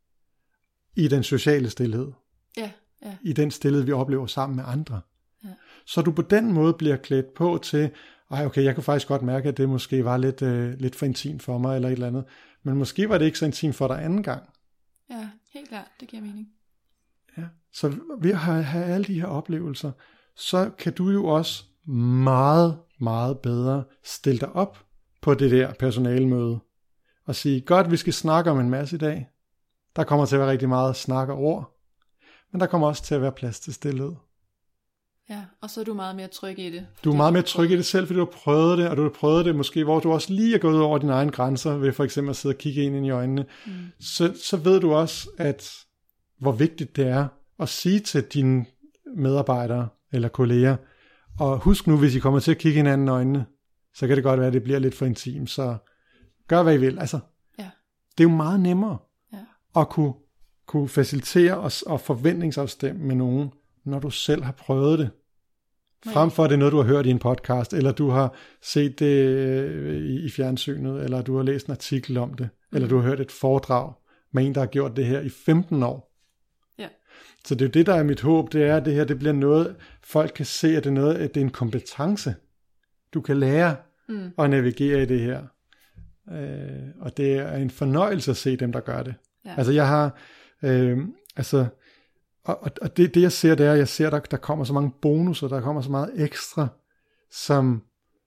I den sociale stilhed. Ja, ja. I den stilhed, vi oplever sammen med andre. Ja. Så du på den måde bliver klædt på til, ej okay, jeg kunne faktisk godt mærke, at det måske var lidt, øh, lidt for intimt for mig, eller et eller andet. Men måske var det ikke så intimt for dig anden gang. Ja, helt klart, det giver mening. Ja, så ved at have, have alle de her oplevelser, så kan du jo også meget, meget bedre stille dig op på det der personalemøde, og sige, godt, vi skal snakke om en masse i dag. Der kommer til at være rigtig meget snak og ord, men der kommer også til at være plads til stillhed. Ja, og så er du meget mere tryg i det. Du er meget mere tryg i det selv, fordi du har prøvet det, og du har prøvet det måske, hvor du også lige er gået over dine egne grænser, ved for eksempel at sidde og kigge ind i øjnene. Mm. Så, så ved du også, at hvor vigtigt det er at sige til dine medarbejdere eller kolleger, og husk nu, hvis I kommer til at kigge hinanden i øjnene, så kan det godt være, at det bliver lidt for intimt, så gør hvad I vil. Altså, ja. Det er jo meget nemmere ja. at kunne, kunne facilitere og, og forventningsafstemme med nogen, når du selv har prøvet det. Frem for at det er noget, du har hørt i en podcast, eller du har set det i, i fjernsynet, eller du har læst en artikel om det, mm. eller du har hørt et foredrag med en, der har gjort det her i femten år. Ja. Så det er jo det, der er mit håb, det er, at det her det bliver noget, folk kan se, at det er, noget, at det er en kompetence. Du kan lære mm. at navigere i det her. Øh, og det er en fornøjelse at se dem, der gør det. Ja. Altså jeg har, øh, altså... Og, og det, det jeg ser, det er, at jeg ser, der, der kommer så mange bonusser, der kommer så meget ekstra, som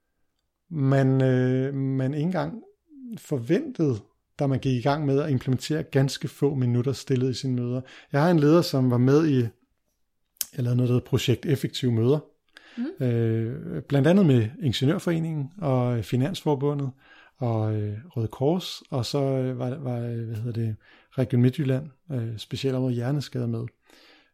man, øh, man ikke engang forventede, da man gik i gang med at implementere ganske få minutter stillet i sine møder. Jeg har en leder, som var med i, jeg lavede noget, der hedder Projekt Effektive Møder, mm. øh, blandt andet med Ingeniørforeningen og Finansforbundet og øh, Røde Kors, og så øh, var, var hvad hedder det, Region Midtjylland, øh, specielt område hjerneskade med.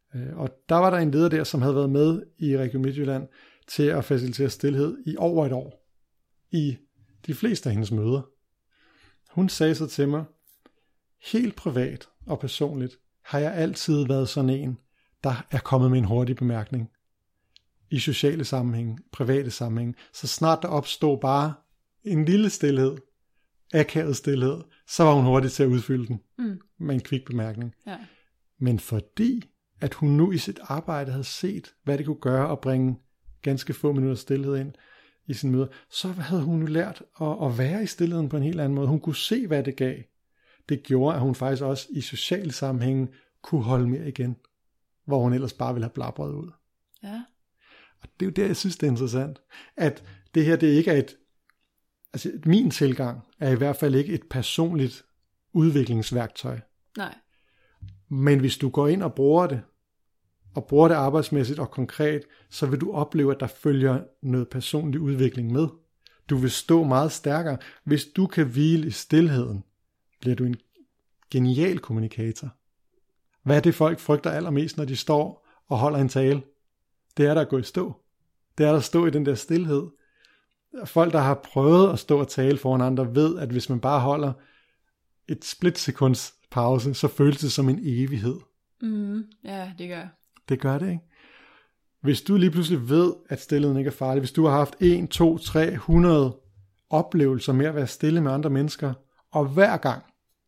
Øh, og der var der en leder der, som havde været med i Region Midtjylland til at facilitere stilhed i over et år. I de fleste af hendes møder. Hun sagde så til mig, helt privat og personligt, har jeg altid været sådan en, der er kommet med en hurtig bemærkning. I sociale sammenhæng, private sammenhæng, så snart der opstod bare en lille stilhed, akavet stilhed, så var hun hurtig til at udfylde den mm. med en kvik bemærkning. Ja. Men fordi, at hun nu i sit arbejde havde set, hvad det kunne gøre at bringe ganske få minutter stillhed ind i sin møder, så havde hun jo lært at, at være i stillheden på en helt anden måde. Hun kunne se, hvad det gav. Det gjorde, at hun faktisk også i sociale sammenhæng kunne holde mere igen, hvor hun ellers bare ville have blabret ud. Ja. Og det er jo der, jeg synes, det er interessant, at det her, det ikke er et, altså min tilgang er i hvert fald ikke et personligt udviklingsværktøj. Nej. Men hvis du går ind og bruger det, og bruger det arbejdsmæssigt og konkret, så vil du opleve, at der følger noget personlig udvikling med. Du vil stå meget stærkere. Hvis du kan hvile i stilheden, bliver du en genial kommunikator. Hvad er det, folk frygter allermest, når de står og holder en tale? Det er der at gå i stå. Det er der at stå i den der stilhed. Folk, der har prøvet at stå og tale foran andre, ved, at hvis man bare holder et splitsekunds pause, så føles det som en evighed. Mm, ja, det gør. Det gør det, ikke? Hvis du lige pludselig ved, at stilheden ikke er farlig, hvis du har haft en, to, tre, hundrede oplevelser med at være stille med andre mennesker, og hver gang,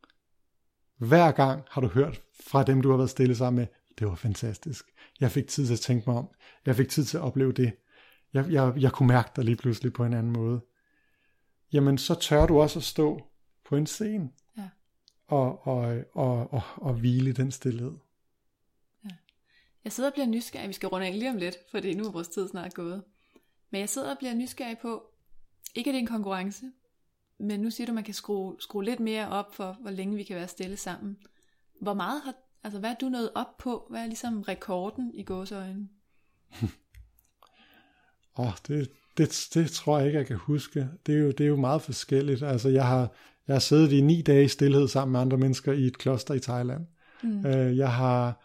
hver gang har du hørt fra dem, du har været stille sammen med, det var fantastisk. Jeg fik tid til at tænke mig om. Jeg fik tid til at opleve det. Jeg, jeg, jeg kunne mærke dig lige pludselig på en anden måde. Jamen, så tør du også at stå på en scene. Ja. Og, og, og, og, og hvile i den stillhed. Ja. Jeg sidder og bliver nysgerrig. Vi skal runde af lige om lidt, fordi nu er vores tid snart gået. Men jeg sidder og bliver nysgerrig på, ikke at det er en konkurrence, men nu siger du, at man kan skrue, skrue lidt mere op for, hvor længe vi kan være stille sammen. Hvor meget har, altså hvad er du nået op på? Hvad er ligesom rekorden i gåseøjne? Åh, oh, det, det, det tror jeg ikke, jeg kan huske. Det er jo, det er jo meget forskelligt. Altså, jeg har, jeg har siddet i ni dage i stillhed sammen med andre mennesker i et kloster i Thailand. Mm. Uh, jeg har,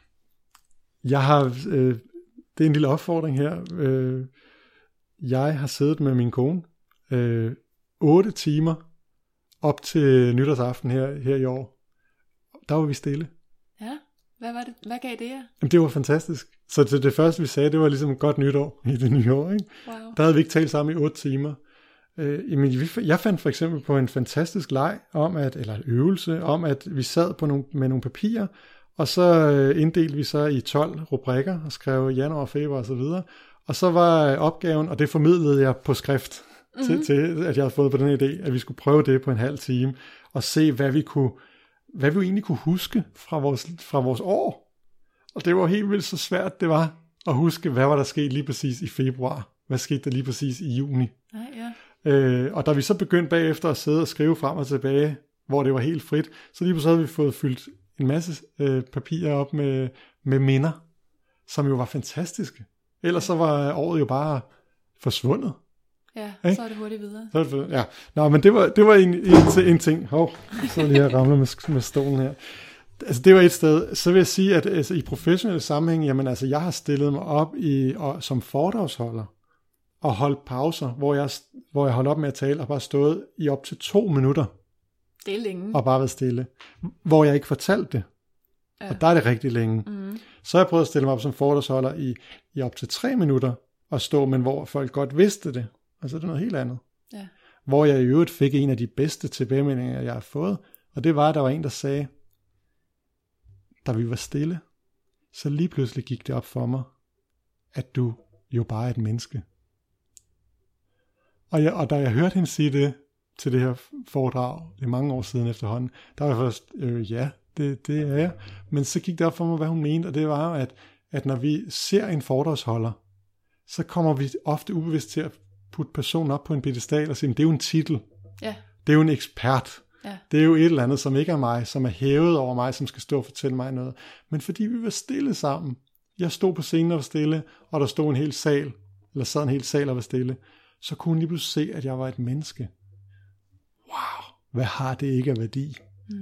jeg har, uh, det er en lille opfordring her. Uh, jeg har siddet med min kone uh, otte timer op til nytårsaften her, her i år. Der var vi stille. Ja, hvad var det? Hvad gav det jer? Jamen, det var fantastisk. Så det, det første, vi sagde, det var ligesom et godt nytår i det nye år. Ikke? Wow. Der havde vi ikke talt sammen i otte timer. Øh, men jeg fandt for eksempel på en fantastisk leg om, at, eller en øvelse om, at vi sad på nogle, med nogle papirer, og så inddelte vi så i tolv rubrikker og skrev januar, februar og så videre. Og så var opgaven, og det formidlede jeg på skrift, mm-hmm. til, til at jeg havde fået på den idé, at vi skulle prøve det på en halv time, og se, hvad vi kunne hvad vi egentlig kunne huske fra vores, fra vores år. Og det var helt vildt så svært, det var at huske, hvad var der sket lige præcis i februar. Hvad skete der lige præcis i juni. Ja, ja. Øh, og da vi så begyndte bagefter at sidde og skrive frem og tilbage, hvor det var helt frit, så lige pludselig havde vi fået fyldt en masse øh, papirer op med, med minder, som jo var fantastiske. Ellers så var året jo bare forsvundet. Ja, ikke? Så er det hurtigt videre. Så er det, ja. Nå, men det var, det var en, en, en ting. Hov, så lige jeg ramler med, med stolen her. Altså, det var et sted. Så vil jeg sige, at altså, i professionelle sammenhæng, jamen altså, jeg har stillet mig op i, og, som foredragsholder, og holdt pauser, hvor jeg, hvor jeg holdt op med at tale, og bare stået i op til to minutter. Det er længe. Og bare været stille. Hvor jeg ikke fortalte det. Ja. Og der er det rigtig længe. Mm. Så har jeg prøvet at stille mig op som foredragsholder i, i op til tre minutter, og stå, men hvor folk godt vidste det. Altså det er noget helt andet. Ja. Hvor jeg i øvrigt fik en af de bedste tilbagemeldinger, jeg har fået. Og det var, at der var en, der sagde, da vi var stille, så lige pludselig gik det op for mig, at du jo bare er et menneske. Og, jeg, og da jeg hørte hende sige det til det her foredrag, det er mange år siden efterhånden, der var jeg først, øh, ja, det, det er jeg. Men så gik det op for mig, hvad hun mente, og det var, at, at når vi ser en foredragsholder, så kommer vi ofte ubevidst til at putte personen op på en pedestal og sige, det er jo en titel. Ja. Det er jo en ekspert. Ja. Det er jo et eller andet, som ikke er mig, som er hævet over mig, som skal stå og fortælle mig noget. Men fordi vi var stille sammen. Jeg stod på scenen og var stille, og der stod en hel sal, eller sad en hel sal og var stille. Så kunne hun lige pludselig se, at jeg var et menneske. Wow, hvad har det ikke af værdi? Mm.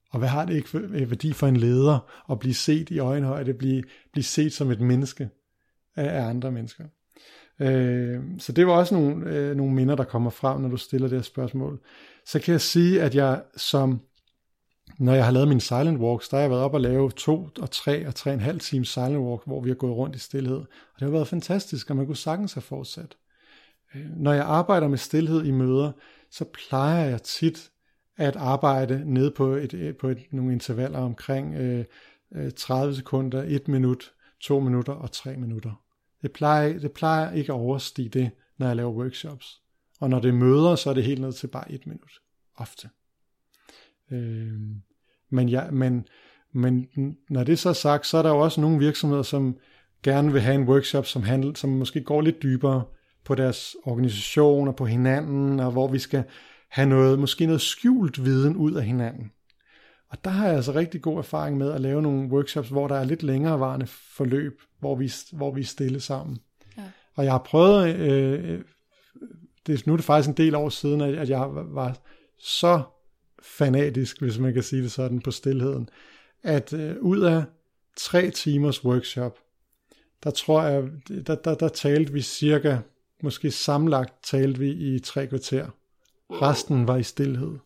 Og hvad har det ikke for værdi for en leder at blive set i øjenhøjde, at blive, blive set som et menneske af, af andre mennesker. Øh, så det var også nogle, øh, nogle minder, der kommer frem, når du stiller det her spørgsmål. Så kan jeg sige, at jeg som, når jeg har lavet mine silent walks, der har jeg været op og lave to og tre og tre og en halv times silent walk, hvor vi har gået rundt i stilhed. Og det har været fantastisk, og man kunne sagtens have fortsat. Øh, når jeg arbejder med stilhed i møder, så plejer jeg tit at arbejde ned på, et, på et, nogle intervaller omkring øh, tredive sekunder, et minut, to minutter og tre minutter. Det plejer, det plejer ikke at overstige det, når jeg laver workshops. Og når det er møder, så er det helt ned til bare et minut. Ofte. Øh, men, ja, men, men når det så er sagt, så er der jo også nogle virksomheder, som gerne vil have en workshop, som, handler, som måske går lidt dybere på deres organisation og på hinanden, og hvor vi skal have noget, måske noget skjult viden ud af hinanden. Og der har jeg altså rigtig god erfaring med at lave nogle workshops, hvor der er lidt længerevarende forløb, hvor vi, hvor vi er stille sammen. Ja. Og jeg har prøvet, øh, det, nu er det faktisk en del år siden, at jeg var så fanatisk, hvis man kan sige det sådan, på stilheden, at øh, ud af tre timers workshop, der tror jeg, der, der, der talte vi cirka, måske sammenlagt talte vi i tre kvarter. Resten var i stilhed.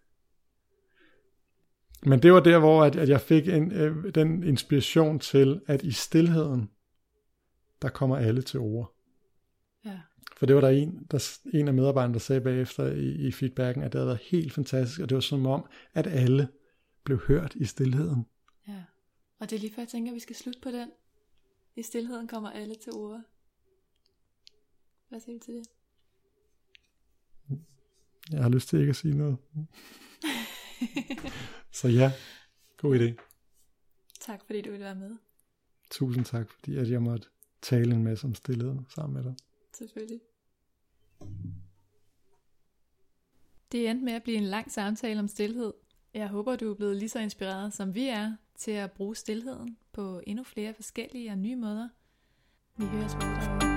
Men det var der, hvor at, at jeg fik en, øh, den inspiration til, at i stilheden, der kommer alle til ord. Ja. For det var der en, der, en af medarbejderne, der sagde bagefter i, i feedbacken, at det havde været helt fantastisk, og det var som om, at alle blev hørt i stilheden. Ja, og det er lige før jeg tænker, at vi skal slutte på den. I stilheden kommer alle til ord. Hvad siger du til det? Jeg har lyst til ikke at sige noget. Så ja, god idé. Tak fordi du ville være med. Tusind tak, fordi at jeg måtte tale en masse om stilheden sammen med dig. Selvfølgelig. Det endte med at blive en lang samtale om stilhed. Jeg håber, du er blevet lige så inspireret, som vi er, til at bruge stilheden på endnu flere forskellige og nye måder. Vi høres på derude.